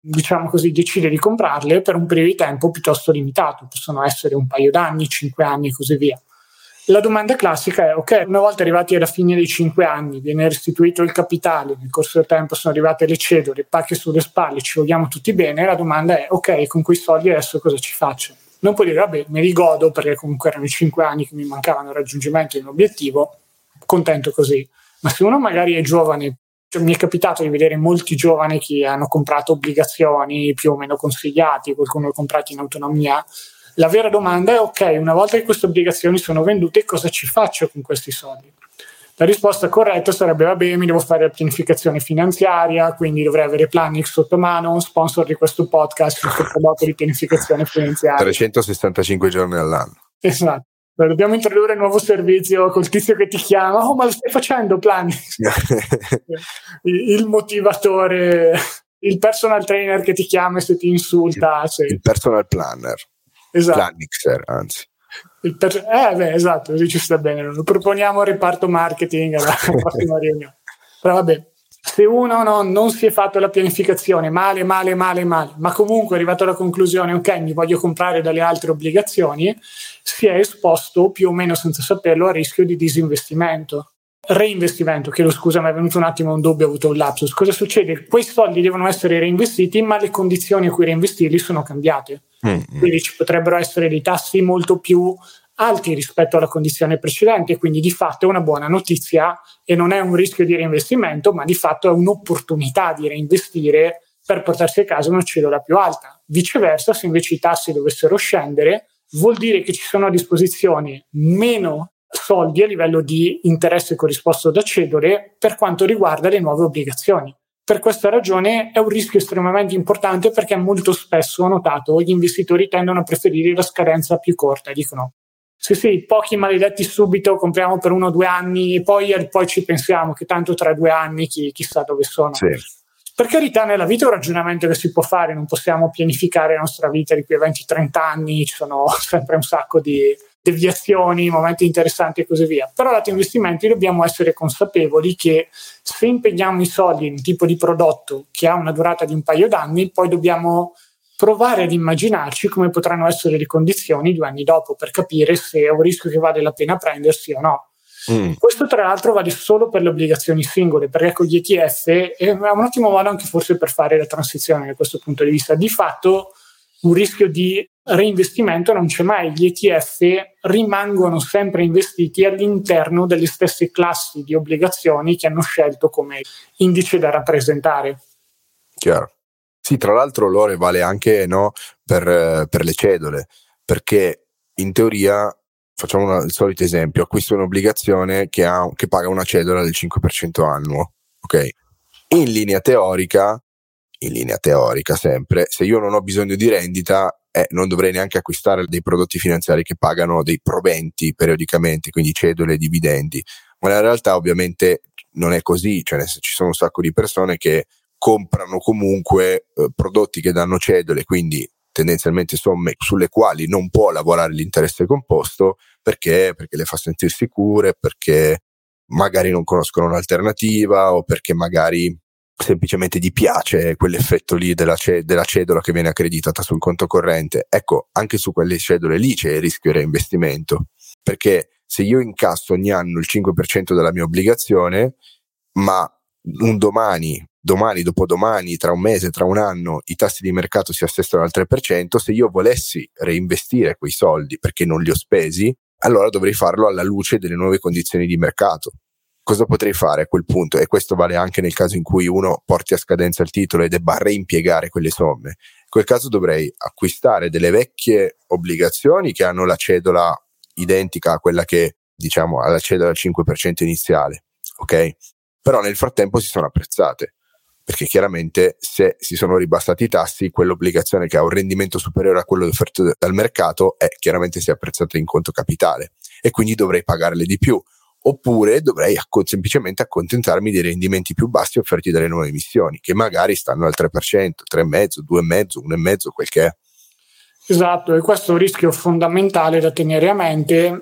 diciamo così, decide di comprarle per un periodo di tempo piuttosto limitato, possono essere un paio d'anni, 5 anni e così via. La domanda classica è: ok, una volta arrivati alla fine dei 5 anni, viene restituito il capitale, nel corso del tempo sono arrivate le cedole, pacche sulle spalle, ci vogliamo tutti bene, la domanda è: ok, con quei soldi adesso cosa ci faccio? Non puoi dire, vabbè, me li godo perché comunque erano i 5 anni che mi mancavano al raggiungimento di un obiettivo, contento così. Ma se uno magari è giovane, cioè, mi è capitato di vedere molti giovani che hanno comprato obbligazioni più o meno consigliati, qualcuno le ha comprate in autonomia. La vera domanda è: ok, una volta che queste obbligazioni sono vendute, cosa ci faccio con questi soldi? La risposta corretta sarebbe: vabbè, mi devo fare la pianificazione finanziaria, quindi dovrei avere Planix sotto mano, sponsor di questo podcast, il prodotto di pianificazione finanziaria. 365 giorni all'anno. Esatto. Dobbiamo introdurre un nuovo servizio col tizio che ti chiama: oh, ma lo stai facendo Planix? Il motivatore, il personal trainer che ti chiama e se ti insulta. Il personal planner. Esatto. Plannixer, anzi. Esatto, così ci sta bene. Lo proponiamo al reparto marketing alla prossima riunione. Però vabbè, se uno non si è fatto la pianificazione male, ma comunque è arrivato alla conclusione: ok, mi voglio comprare dalle altre obbligazioni, si è esposto più o meno senza saperlo al rischio di disinvestimento. Reinvestimento, chiedo scusa, mi è venuto un attimo un dubbio, ho avuto un lapsus. Cosa succede? Quei soldi devono essere reinvestiti, ma le condizioni a cui reinvestirli sono cambiate. Quindi ci potrebbero essere dei tassi molto più alti rispetto alla condizione precedente, quindi di fatto è una buona notizia e non è un rischio di reinvestimento, ma di fatto è un'opportunità di reinvestire per portarsi a casa una cedola più alta. Viceversa, se invece i tassi dovessero scendere, vuol dire che ci sono a disposizione meno soldi a livello di interesse corrisposto da cedole per quanto riguarda le nuove obbligazioni. Per questa ragione è un rischio estremamente importante, perché molto spesso ho notato gli investitori tendono a preferire la scadenza più corta, dicono sì, pochi maledetti subito, compriamo per 1 o 2 anni e poi ci pensiamo che tanto tra 2 anni chissà dove sono. Sì. Per carità, nella vita è un ragionamento che si può fare, non possiamo pianificare la nostra vita di qui a 20-30 anni, ci sono sempre un sacco di deviazioni, momenti interessanti e così via. Però lato investimenti dobbiamo essere consapevoli che se impegniamo i soldi in un tipo di prodotto che ha una durata di un paio d'anni, poi dobbiamo provare ad immaginarci come potranno essere le condizioni 2 anni dopo, per capire se è un rischio che vale la pena prendersi o no. Questo tra l'altro vale solo per le obbligazioni singole, perché con gli ETF è un ottimo modo anche forse per fare la transizione da questo punto di vista. Di fatto un rischio di reinvestimento non c'è mai, gli ETF rimangono sempre investiti all'interno delle stesse classi di obbligazioni che hanno scelto come indice da rappresentare. Chiaro. Sì, tra l'altro l'ore vale anche per le cedole, perché in teoria, facciamo il solito esempio, acquisto un'obbligazione che paga una cedola del 5% annuo, ok? In linea teorica sempre, se io non ho bisogno di rendita, non dovrei neanche acquistare dei prodotti finanziari che pagano dei proventi periodicamente, quindi cedole e dividendi. Ma nella realtà ovviamente non è così, cioè ci sono un sacco di persone che comprano comunque prodotti che danno cedole, quindi tendenzialmente somme sulle quali non può lavorare l'interesse composto perché le fa sentire sicure, perché magari non conoscono un'alternativa o perché magari semplicemente gli piace quell'effetto lì della cedola che viene accreditata sul conto corrente. Ecco, anche su quelle cedole lì c'è il rischio reinvestimento, perché se io incasso ogni anno il 5% della mia obbligazione, ma un domani, dopodomani, tra un mese, tra un anno, i tassi di mercato si assestano al 3%, se io volessi reinvestire quei soldi perché non li ho spesi, allora dovrei farlo alla luce delle nuove condizioni di mercato. Cosa potrei fare a quel punto? E questo vale anche nel caso in cui uno porti a scadenza il titolo e debba reimpiegare quelle somme. In quel caso dovrei acquistare delle vecchie obbligazioni che hanno la cedola identica a quella che, diciamo, alla cedola al 5% iniziale, ok? Però nel frattempo si sono apprezzate, perché chiaramente se si sono ribassati i tassi, quell'obbligazione che ha un rendimento superiore a quello offerto dal mercato chiaramente si è apprezzata in conto capitale e quindi dovrei pagarle di più. Oppure dovrei semplicemente accontentarmi dei rendimenti più bassi offerti dalle nuove emissioni, che magari stanno al 3%, 3,5%, 2,5%, 1,5%, quel che è. Esatto, e questo è un rischio fondamentale da tenere a mente,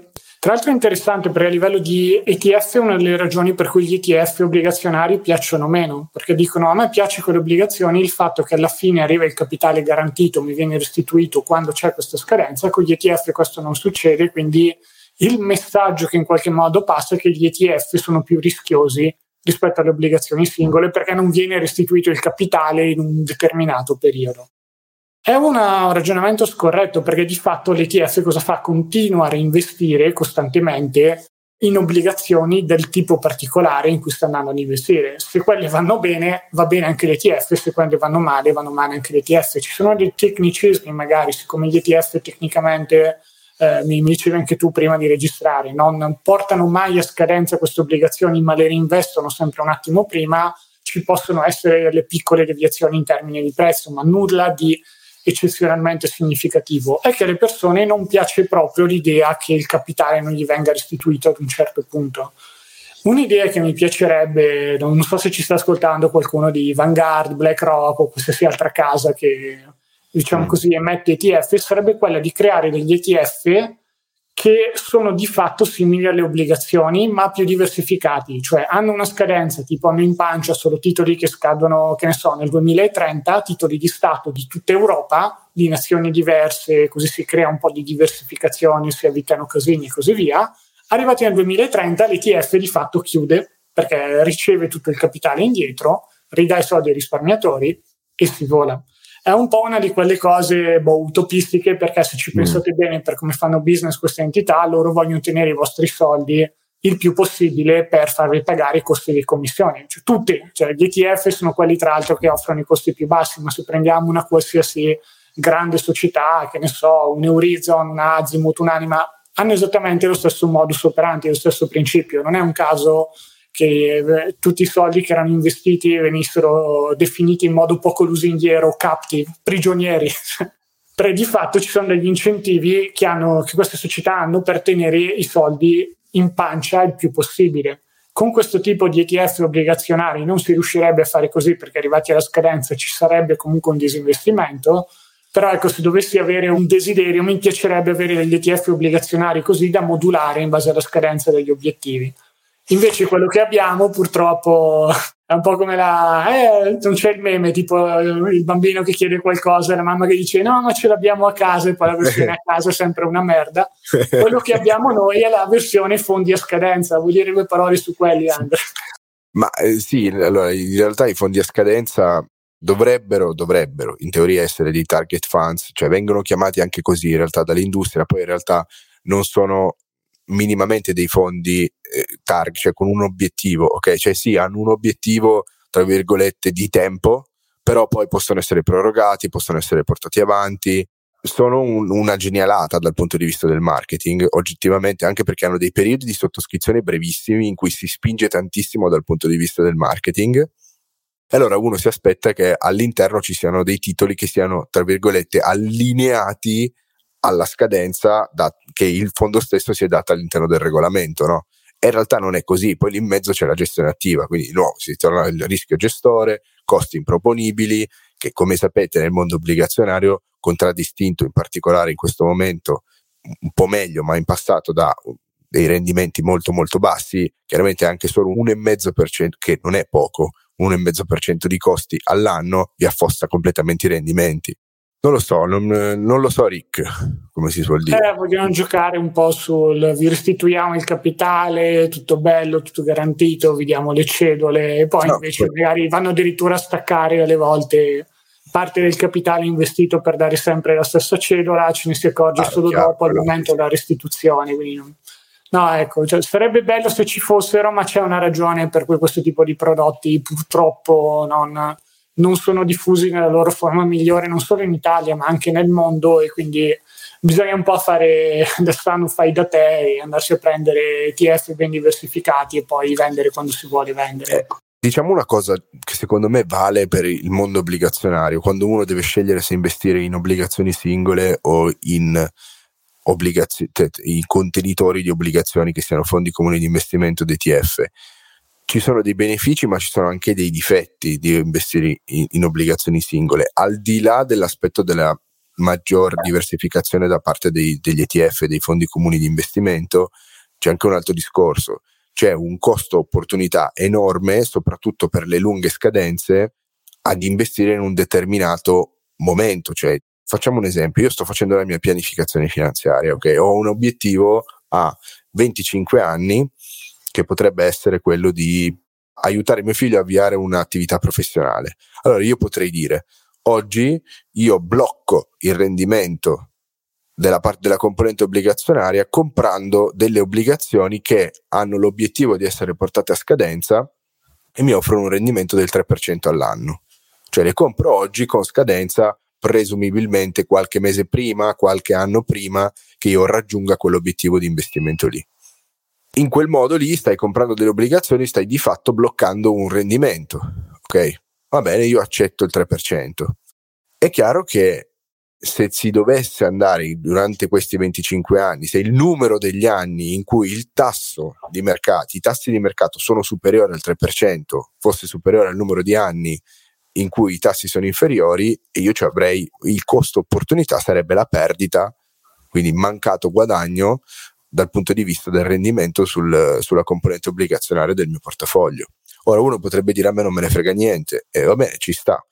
Tra l'altro è interessante perché a livello di ETF è una delle ragioni per cui gli ETF obbligazionari piacciono meno, perché dicono a me piace con le obbligazioni il fatto che alla fine arriva il capitale garantito, mi viene restituito quando c'è questa scadenza, con gli ETF questo non succede, quindi il messaggio che in qualche modo passa è che gli ETF sono più rischiosi rispetto alle obbligazioni singole perché non viene restituito il capitale in un determinato periodo. È un ragionamento scorretto perché di fatto l'ETF cosa fa? Continua a reinvestire costantemente in obbligazioni del tipo particolare in cui sta andando ad investire. Se quelle vanno bene, va bene anche l'ETF, se quelle vanno male anche l'ETF. Ci sono dei tecnicismi magari, siccome gli ETF tecnicamente, mi dicevi anche tu prima di registrare, non portano mai a scadenza queste obbligazioni ma le reinvestono sempre un attimo prima, ci possono essere delle piccole deviazioni in termini di prezzo, ma nulla di eccezionalmente significativo. È che alle persone non piace proprio l'idea che il capitale non gli venga restituito ad un certo punto. Un'idea che mi piacerebbe, non so se ci sta ascoltando qualcuno di Vanguard, BlackRock o qualsiasi altra casa che diciamo così emette ETF, sarebbe quella di creare degli ETF che sono di fatto simili alle obbligazioni ma più diversificati, cioè hanno una scadenza, tipo hanno in pancia solo titoli che scadono, che ne so, nel 2030, titoli di Stato di tutta Europa, di nazioni diverse, così si crea un po' di diversificazione, si evitano casini e così via. Arrivati nel 2030 l'ETF di fatto chiude perché riceve tutto il capitale indietro, ridà i soldi ai risparmiatori e si vola. È un po' una di quelle cose utopistiche perché se ci pensate bene per come fanno business queste entità, loro vogliono tenere i vostri soldi il più possibile per farvi pagare i costi di commissione. Cioè, tutti, gli ETF sono quelli tra l'altro che offrono i costi più bassi, ma se prendiamo una qualsiasi grande società, che ne so, un Eurizon, un Azimut, un'Anima, hanno esattamente lo stesso modus operandi, lo stesso principio. Non è un caso che tutti i soldi che erano investiti venissero definiti in modo poco lusinghiero captive, prigionieri. Perché di fatto ci sono degli incentivi che queste società hanno per tenere i soldi in pancia il più possibile. Con questo tipo di ETF obbligazionari non si riuscirebbe a fare così perché arrivati alla scadenza ci sarebbe comunque un disinvestimento, però ecco, se dovessi avere un desiderio mi piacerebbe avere degli ETF obbligazionari così da modulare in base alla scadenza degli obiettivi. Invece quello che abbiamo purtroppo è un po' come non c'è il meme tipo il bambino che chiede qualcosa e la mamma che dice no ma ce l'abbiamo a casa e poi la versione a casa è sempre una merda. Quello che abbiamo noi è la versione fondi a scadenza. Vuoi dire due parole su quelli, Andrea? Ma sì, allora in realtà i fondi a scadenza dovrebbero in teoria essere dei target funds, cioè vengono chiamati anche così in realtà dall'industria, poi in realtà non sono minimamente dei fondi target, cioè con un obiettivo, ok? Cioè sì, hanno un obiettivo tra virgolette di tempo, però poi possono essere prorogati, possono essere portati avanti, sono una genialata dal punto di vista del marketing oggettivamente, anche perché hanno dei periodi di sottoscrizione brevissimi in cui si spinge tantissimo dal punto di vista del marketing. E allora uno si aspetta che all'interno ci siano dei titoli che siano tra virgolette allineati alla scadenza che il fondo stesso si è data all'interno del regolamento, no? E in realtà non è così, poi lì in mezzo c'è la gestione attiva, quindi no, si torna al rischio gestore, costi improponibili, che come sapete nel mondo obbligazionario contraddistinto in particolare in questo momento un po' meglio, ma in passato da dei rendimenti molto molto bassi, chiaramente anche solo 1,5%, che non è poco, 1,5% di costi all'anno vi affossa completamente i rendimenti. Non lo so, non lo so Rick, come si suol dire. Vogliono giocare un po' vi restituiamo il capitale, tutto bello, tutto garantito, vi diamo le cedole e poi invece magari vanno addirittura a staccare alle volte parte del capitale investito per dare sempre la stessa cedola, ce ne si accorge solo dopo al momento della restituzione. Quindi no, ecco, sarebbe bello se ci fossero, ma c'è una ragione per cui questo tipo di prodotti purtroppo non sono diffusi nella loro forma migliore, non solo in Italia ma anche nel mondo, e quindi bisogna un po' fare un fai da te e andarsi a prendere ETF ben diversificati e poi vendere quando si vuole vendere. Diciamo una cosa che secondo me vale per il mondo obbligazionario, quando uno deve scegliere se investire in obbligazioni singole o in i contenitori di obbligazioni che siano fondi comuni di investimento d'ETF. Ci sono dei benefici ma ci sono anche dei difetti di investire in obbligazioni singole, al di là dell'aspetto della maggior diversificazione da parte degli ETF, dei fondi comuni di investimento. c'è anche un altro discorso. C'è un costo opportunità enorme, soprattutto per le lunghe scadenze, ad investire in un determinato momento. Cioè, facciamo un esempio: io sto facendo la mia pianificazione finanziaria, ok? Ho un obiettivo a 25 anni che potrebbe essere quello di aiutare mio figlio a avviare un'attività professionale. Allora io potrei dire: oggi io blocco il rendimento della parte della componente obbligazionaria comprando delle obbligazioni che hanno l'obiettivo di essere portate a scadenza e mi offrono un rendimento del 3% all'anno. Cioè le compro oggi con scadenza presumibilmente qualche mese prima, qualche anno prima che io raggiunga quell'obiettivo di investimento lì. In quel modo lì stai comprando delle obbligazioni, stai di fatto bloccando un rendimento, ok? Va bene, io accetto il 3%. È chiaro che se si dovesse andare durante questi 25 anni, se il numero degli anni in cui il tasso di mercato, i tassi di mercato sono superiori al 3%, fosse superiore al numero di anni in cui i tassi sono inferiori, e io ci avrei il costo opportunità, sarebbe la perdita, quindi mancato guadagno dal punto di vista del rendimento sulla componente obbligazionaria del mio portafoglio. Ora uno potrebbe dire: a me non me ne frega niente, e va bene, ci sta.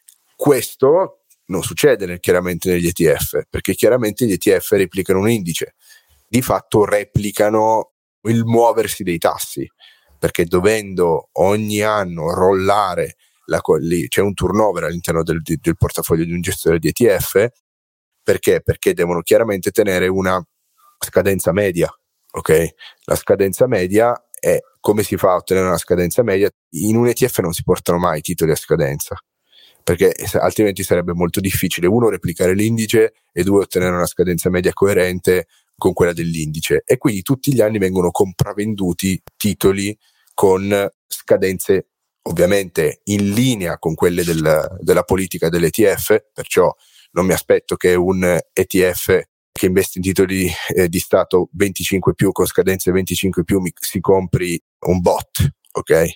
Questo non succede chiaramente negli ETF, perché chiaramente gli ETF replicano un indice, di fatto replicano il muoversi dei tassi, perché dovendo ogni anno rollare c'è un turnover all'interno del portafoglio di un gestore di ETF. Perché? Perché devono chiaramente tenere una scadenza media, ok? La scadenza media è: come si fa a ottenere una scadenza media? In un ETF non si portano mai titoli a scadenza, perché altrimenti sarebbe molto difficile, uno, replicare l'indice, e due, ottenere una scadenza media coerente con quella dell'indice. E quindi tutti gli anni vengono compravenduti titoli con scadenze ovviamente in linea con quelle della politica dell'ETF, perciò non mi aspetto che un ETF che investe in titoli di Stato 25 più con scadenze 25 più si compri un bot, ok?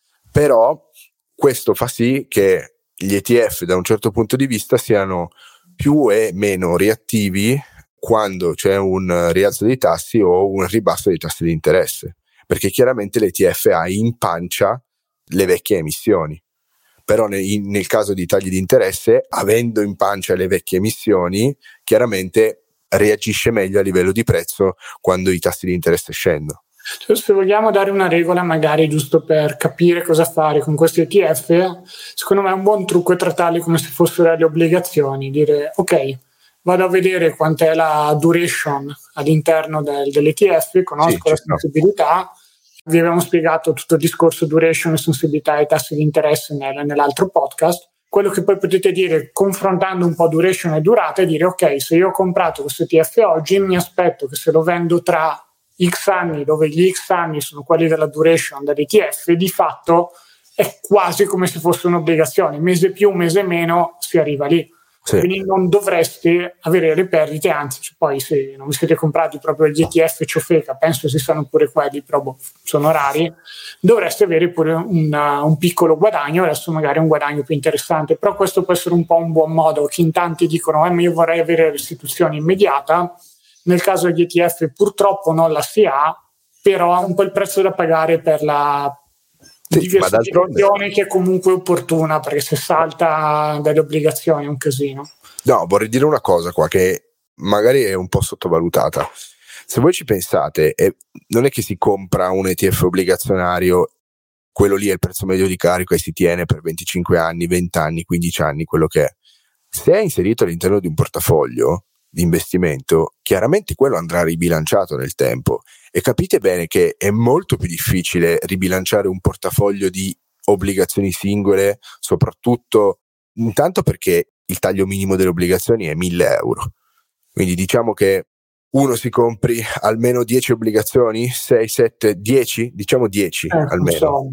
Però questo fa sì che gli ETF da un certo punto di vista siano più e meno reattivi quando c'è un rialzo dei tassi o un ribasso dei tassi di interesse, perché chiaramente l'ETF ha in pancia le vecchie emissioni. Però nel caso di tagli di interesse, avendo in pancia le vecchie emissioni, chiaramente reagisce meglio a livello di prezzo quando i tassi di interesse scendono. Cioè, se vogliamo dare una regola, magari giusto per capire cosa fare con questi ETF, secondo me è un buon trucco è trattarli come se fossero delle obbligazioni, dire: ok, vado a vedere quant'è la duration all'interno dell'ETF, conosco la sensibilità. Vi abbiamo spiegato tutto il discorso duration e sensibilità ai tassi di interesse nell'altro podcast. Quello che poi potete dire, confrontando un po' duration e durata, è dire: ok, se io ho comprato questo ETF oggi, mi aspetto che se lo vendo tra X anni, dove gli X anni sono quelli della duration dell'ETF, di fatto è quasi come se fosse un'obbligazione, mese più, mese meno, si arriva lì. Sì. Quindi non dovreste avere le perdite, anzi, poi se non vi siete comprati proprio gli ETF ciofeca, penso esistano pure quelli, però sono rari, dovreste avere pure un piccolo guadagno, adesso magari un guadagno più interessante. Però questo può essere un po' un buon modo, che in tanti dicono: ma io vorrei avere restituzione immediata. Nel caso degli ETF purtroppo non la si ha, però è un po' il prezzo da pagare per la diversificazione, che è comunque opportuna, perché se salta dalle obbligazioni è un casino. No, vorrei dire una cosa qua che magari è un po' sottovalutata. Se voi ci pensate, non è che si compra un ETF obbligazionario, quello lì è il prezzo medio di carico e si tiene per 25 anni, 20 anni, 15 anni, quello che è. Se è inserito all'interno di un portafoglio di investimento, chiaramente quello andrà ribilanciato nel tempo, e capite bene che è molto più difficile ribilanciare un portafoglio di obbligazioni singole, soprattutto intanto perché il taglio minimo delle obbligazioni è 1.000 euro, quindi diciamo che uno si compri almeno 10 obbligazioni, 6, 7, 10, diciamo 10 almeno,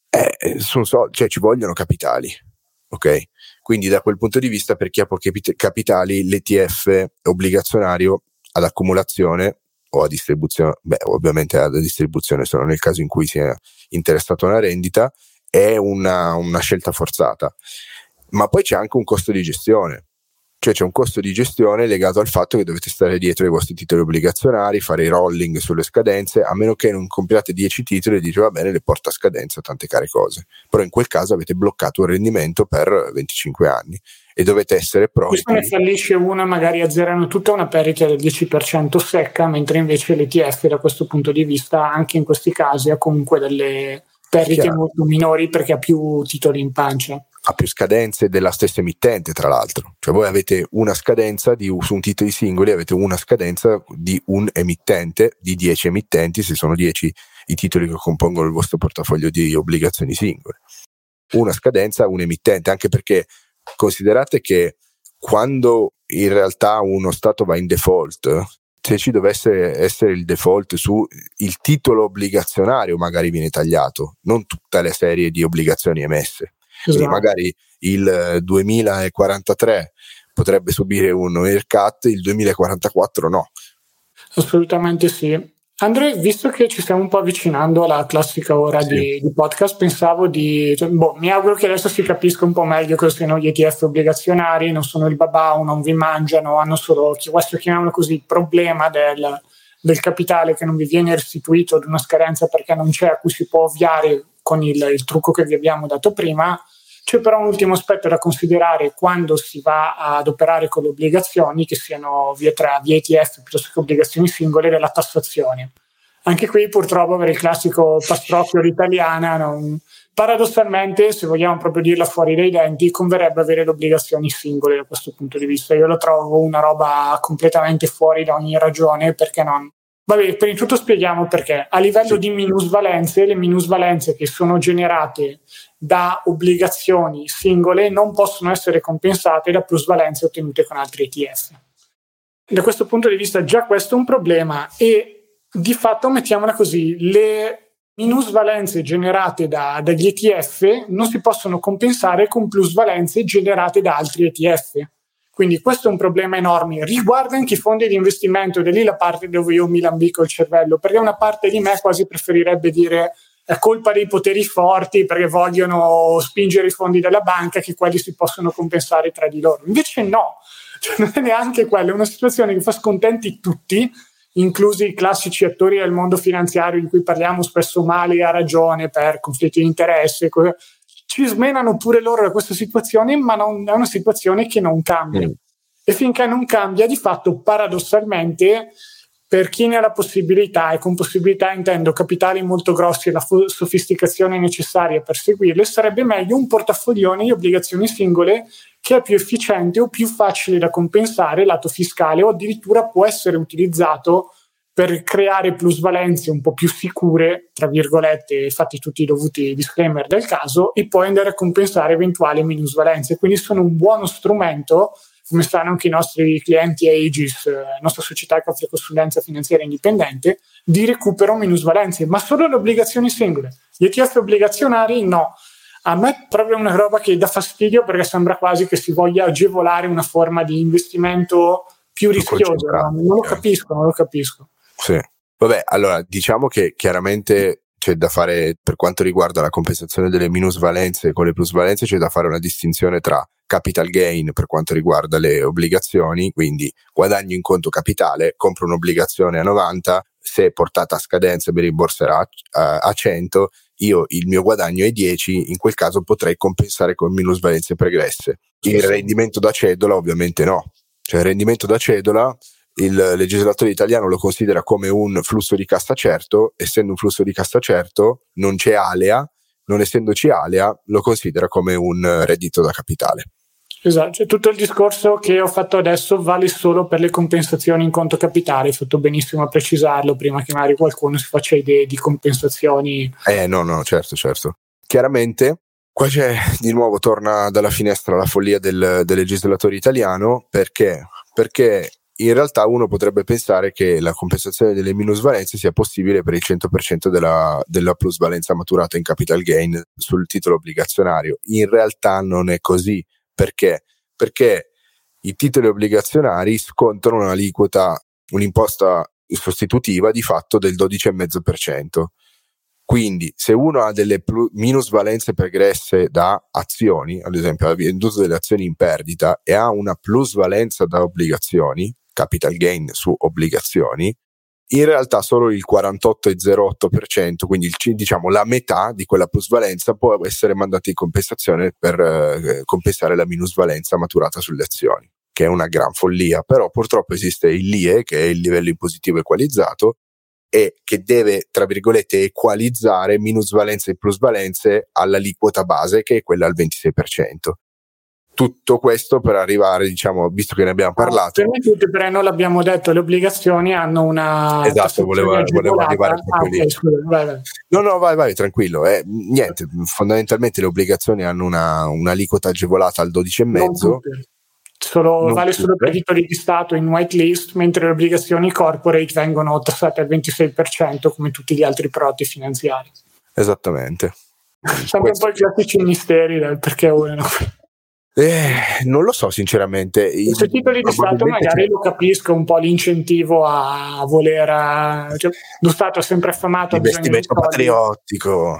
cioè ci vogliono capitali, ok? Quindi da quel punto di vista, per chi ha pochi capitali, l'ETF obbligazionario ad accumulazione o a distribuzione, ovviamente ad distribuzione solo nel caso in cui sia interessato a una rendita, è una scelta forzata. Ma poi c'è anche un costo di gestione, Cioè c'è un costo di gestione legato al fatto che dovete stare dietro ai vostri titoli obbligazionari, fare i rolling sulle scadenze, a meno che non compriate 10 titoli e dice va bene, le porta a scadenza, tante care cose. Però in quel caso avete bloccato un rendimento per 25 anni e dovete essere pronti. Questo ne fallisce una, magari azzerano tutta una perdita del 10% secca, mentre invece l'ETF da questo punto di vista, anche in questi casi, ha comunque delle perdite molto minori perché ha più titoli in pancia. Ha più scadenze della stessa emittente, tra l'altro. Cioè voi avete una scadenza su un titolo singoli, avete una scadenza di un emittente, di 10 emittenti, se sono 10 i titoli che compongono il vostro portafoglio di obbligazioni singole. Una scadenza, un emittente, anche perché considerate che quando in realtà uno Stato va in default, se ci dovesse essere il default su il titolo obbligazionario magari viene tagliato, non tutta la serie di obbligazioni emesse. Quindi magari il 2043 potrebbe subire un haircut, il 2044 no. Assolutamente sì. Andrea, visto che ci stiamo un po' avvicinando alla classica ora di podcast, pensavo mi auguro che adesso si capisca un po' meglio cosa siano gli ETF obbligazionari, non sono il babau, non vi mangiano, hanno solo, questo chiamiamolo così, il problema del capitale che non vi viene restituito ad una scadenza perché non c'è, a cui si può ovviare con il trucco che vi abbiamo dato prima. C'è però un ultimo aspetto da considerare quando si va ad operare con le obbligazioni, che siano via ETF piuttosto che obbligazioni singole, della tassazione. Anche qui purtroppo per il classico pastrocchio all'italiana, paradossalmente, se vogliamo proprio dirla fuori dai denti, converrebbe avere le obbligazioni singole da questo punto di vista. Io lo trovo una roba completamente fuori da ogni ragione, perché non... Vabbè, per il tutto spieghiamo perché. A livello di minusvalenze, le minusvalenze che sono generate da obbligazioni singole non possono essere compensate da plusvalenze ottenute con altri ETF. Da questo punto di vista già questo è un problema e di fatto, mettiamola così, le minusvalenze generate dagli ETF non si possono compensare con plusvalenze generate da altri ETF. Quindi questo è un problema enorme, riguarda anche i fondi di investimento, ed è lì la parte dove io mi lambico il cervello, perché una parte di me quasi preferirebbe dire è colpa dei poteri forti perché vogliono spingere i fondi della banca, che quelli si possono compensare tra di loro. Invece no, cioè non è neanche quello, è una situazione che fa scontenti tutti, inclusi i classici attori del mondo finanziario di cui parliamo spesso male e a ragione per conflitti di interesse, ci smenano pure loro da questa situazione, ma non, è una situazione che non cambia. E finché non cambia, di fatto, paradossalmente, per chi ne ha la possibilità, e con possibilità intendo capitali molto grossi e la sofisticazione necessaria per seguirle, sarebbe meglio un portafolione di obbligazioni singole che è più efficiente o più facile da compensare lato fiscale, o addirittura può essere utilizzato per creare plusvalenze un po' più sicure, tra virgolette, fatti tutti i dovuti disclaimer del caso, e poi andare a compensare eventuali minusvalenze. Quindi sono un buono strumento, come sanno anche i nostri clienti Aegis, la nostra società che offre consulenza finanziaria indipendente, di recupero minusvalenze, ma solo le obbligazioni singole. Gli ETF obbligazionari no. A me è proprio una roba che dà fastidio, perché sembra quasi che si voglia agevolare una forma di investimento più rischioso. Non lo capisco. Sì. Vabbè, allora diciamo che chiaramente c'è da fare, per quanto riguarda la compensazione delle minusvalenze con le plusvalenze, c'è da fare una distinzione tra capital gain per quanto riguarda le obbligazioni, quindi guadagno in conto capitale, compro un'obbligazione a 90, se portata a scadenza mi rimborserà a 100, io il mio guadagno è 10, in quel caso potrei compensare con minusvalenze pregresse. Il rendimento da cedola ovviamente no, cioè il rendimento da cedola il legislatore italiano lo considera come un flusso di cassa certo, essendo un flusso di cassa certo non c'è alea, non essendoci alea lo considera come un reddito da capitale. Esatto, cioè, tutto il discorso che ho fatto adesso vale solo per le compensazioni in conto capitale, hai fatto benissimo a precisarlo prima che magari qualcuno si faccia idee di compensazioni. No, certo. Chiaramente qua di nuovo torna dalla finestra la follia del legislatore italiano, perché in realtà uno potrebbe pensare che la compensazione delle minusvalenze sia possibile per il 100% della plusvalenza maturata in capital gain sul titolo obbligazionario. In realtà non è così. Perché? Perché i titoli obbligazionari scontano un'imposta sostitutiva di fatto del 12,5%. Quindi se uno ha delle minusvalenze pregresse da azioni, ad esempio ha venduto delle azioni in perdita e ha una plusvalenza da obbligazioni, capital gain su obbligazioni, in realtà solo il 48,08%, quindi diciamo la metà di quella plusvalenza può essere mandata in compensazione per compensare la minusvalenza maturata sulle azioni, che è una gran follia. Però purtroppo esiste il LIE, che è il livello impositivo equalizzato, e che deve, tra virgolette, equalizzare minusvalenze e plusvalenze all'aliquota base, che è quella al 26%. Tutto questo per arrivare, diciamo, visto che ne abbiamo parlato. Però non l'abbiamo detto, le obbligazioni hanno una. Esatto, volevo arrivare proprio lì. Scusa, vai. No, vai, tranquillo. Niente, fondamentalmente le obbligazioni hanno un'aliquota agevolata al 12,5%. Vale solo per titoli di Stato in whitelist, mentre le obbligazioni corporate vengono tassate al 26% come tutti gli altri prodotti finanziari. Esattamente. Sempre un po' i classici misteri del perché uno. Non lo so sinceramente. Questi titoli di Stato magari lo capisco un po' l'incentivo a voler, cioè, lo Stato è sempre affamato a investimento patriottico.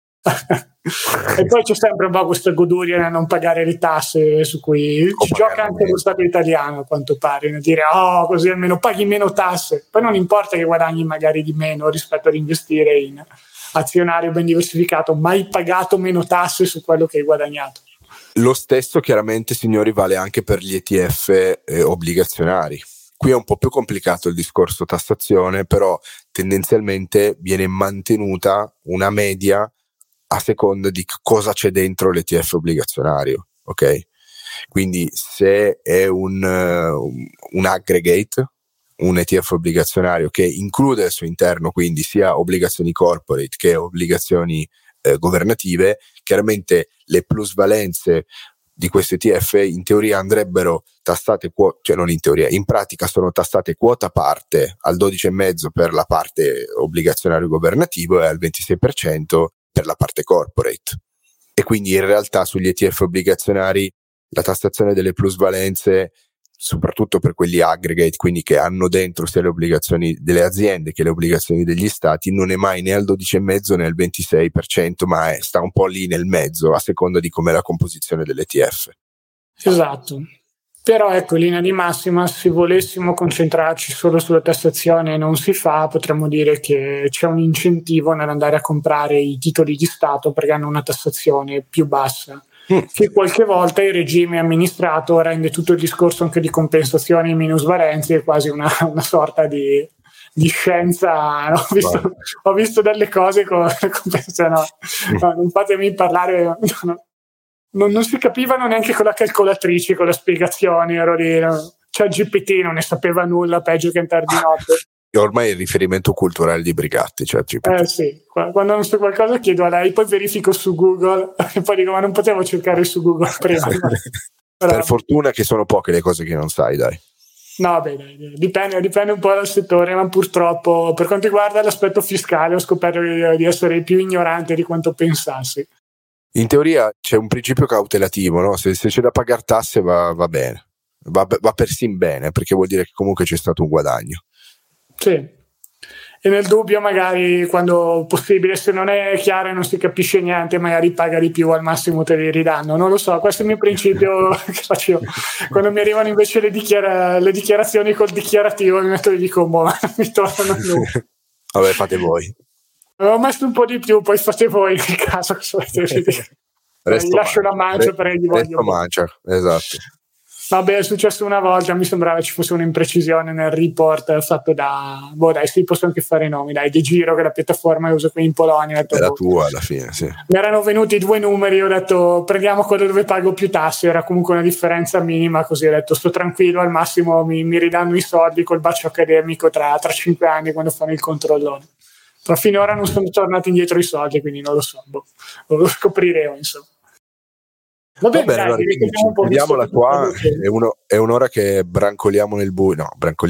E poi c'è sempre un po' questa goduria nel non pagare le tasse, su cui ci gioca anche lo Stato italiano, a quanto pare, nel dire così almeno paghi meno tasse. Poi non importa che guadagni magari di meno rispetto ad investire in azionario ben diversificato, ma hai pagato meno tasse su quello che hai guadagnato. Lo stesso chiaramente, signori, vale anche per gli ETF obbligazionari. Qui è un po' più complicato il discorso tassazione, però tendenzialmente viene mantenuta una media a seconda di cosa c'è dentro l'ETF obbligazionario, ok? Quindi se è un aggregate, un ETF obbligazionario che include al suo interno quindi sia obbligazioni corporate che obbligazioni governative, chiaramente le plusvalenze di questo ETF in teoria andrebbero tassate, cioè non in teoria, in pratica sono tassate quota parte al 12,5% per la parte obbligazionario governativo e al 26% per la parte corporate. E quindi in realtà sugli ETF obbligazionari la tassazione delle plusvalenze, soprattutto per quelli aggregate, quindi che hanno dentro sia le obbligazioni delle aziende che le obbligazioni degli stati, non è mai né al 12,5% né al 26%, ma sta un po' lì nel mezzo a seconda di com'è la composizione dell'ETF. Esatto. Però ecco, in linea di massima, se volessimo concentrarci solo sulla tassazione, non si fa, potremmo dire che c'è un incentivo nell'andare a comprare i titoli di Stato perché hanno una tassazione più bassa. Che qualche volta il regime amministrato rende tutto il discorso anche di compensazioni e minusvalenze quasi una sorta di scienza. No? Ho visto delle cose con non fatemi parlare. Non si capivano neanche con la calcolatrice, con le spiegazioni, ero lì, cioè GPT non ne sapeva nulla, peggio che in tardi notte. E ormai è il riferimento culturale di Brigatti, cioè GPT. Sì, quando non so qualcosa chiedo a lei, poi verifico su Google e poi dico ma non potevo cercare su Google prima. Per fortuna che sono poche le cose che non sai, dai. No, bene, dipende un po' dal settore, ma purtroppo per quanto riguarda l'aspetto fiscale ho scoperto di essere più ignorante di quanto pensassi. In teoria c'è un principio cautelativo, no? Se c'è da pagare tasse va bene, va persino bene, perché vuol dire che comunque c'è stato un guadagno. Sì, e nel dubbio magari quando possibile, se non è chiaro e non si capisce niente, magari paga di più, al massimo te li ridanno, non lo so, questo è il mio principio che faccio quando mi arrivano invece le dichiarazioni col dichiarativo, mi metto e dico ma mi tornano nulla. Vabbè, fate voi. Avevo messo un po' di più, poi fate voi nel caso che gli lascio la mancia per gli voglio mancia, esatto. Vabbè, è successo una volta, mi sembrava ci fosse un'imprecisione nel report fatto da sì, posso anche fare nomi, De Giro, che è la piattaforma che uso qui in Polonia. Detto, era tua alla fine, sì. Mi erano venuti 2 numeri, ho detto prendiamo quello dove pago più tasse, era comunque una differenza minima, così ho detto sto tranquillo, al massimo mi ridanno i soldi col bacio accademico tra 5 anni quando fanno il controllone. Però finora non sono tornati indietro i soldi, quindi non lo so, lo scopriremo, insomma. Va bene, allora, vediamola qua, è un'ora che brancoliamo nel buio,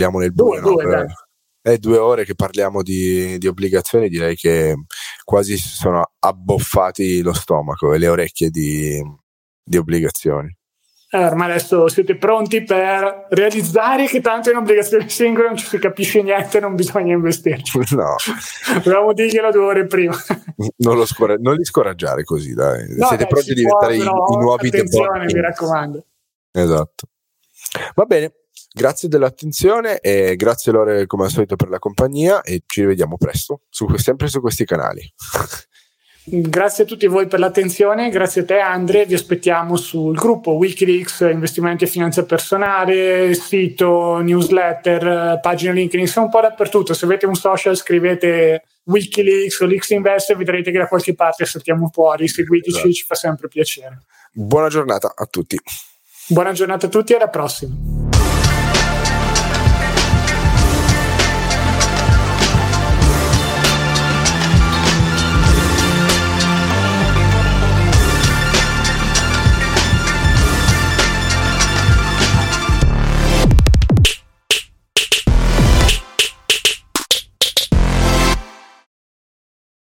è 2 ore che parliamo di obbligazioni, direi che quasi sono abboffati lo stomaco e le orecchie di obbligazioni. Ormai adesso siete pronti per realizzare che tanto in obbligazioni singole non ci si capisce niente, non bisogna investirci. No. Dovevamo dirglielo 2 ore prima. Non li scoraggiare così, dai. No, Siete pronti a diventare i nuovi The attenzione, mi raccomando. Esatto. Va bene, grazie dell'attenzione e grazie Lore come al solito per la compagnia e ci rivediamo presto, sempre su questi canali. Grazie a tutti voi per l'attenzione, grazie a te Andre, vi aspettiamo sul gruppo Wikileaks Investimenti e Finanza Personale, sito, newsletter, pagina LinkedIn, siamo un po' dappertutto. Se avete un social scrivete Wikileaks o Leaks Invest e vedrete che da qualche parte saltiamo fuori, seguiteci, esatto. Ci fa sempre piacere. Buona giornata a tutti. Buona giornata a tutti e alla prossima.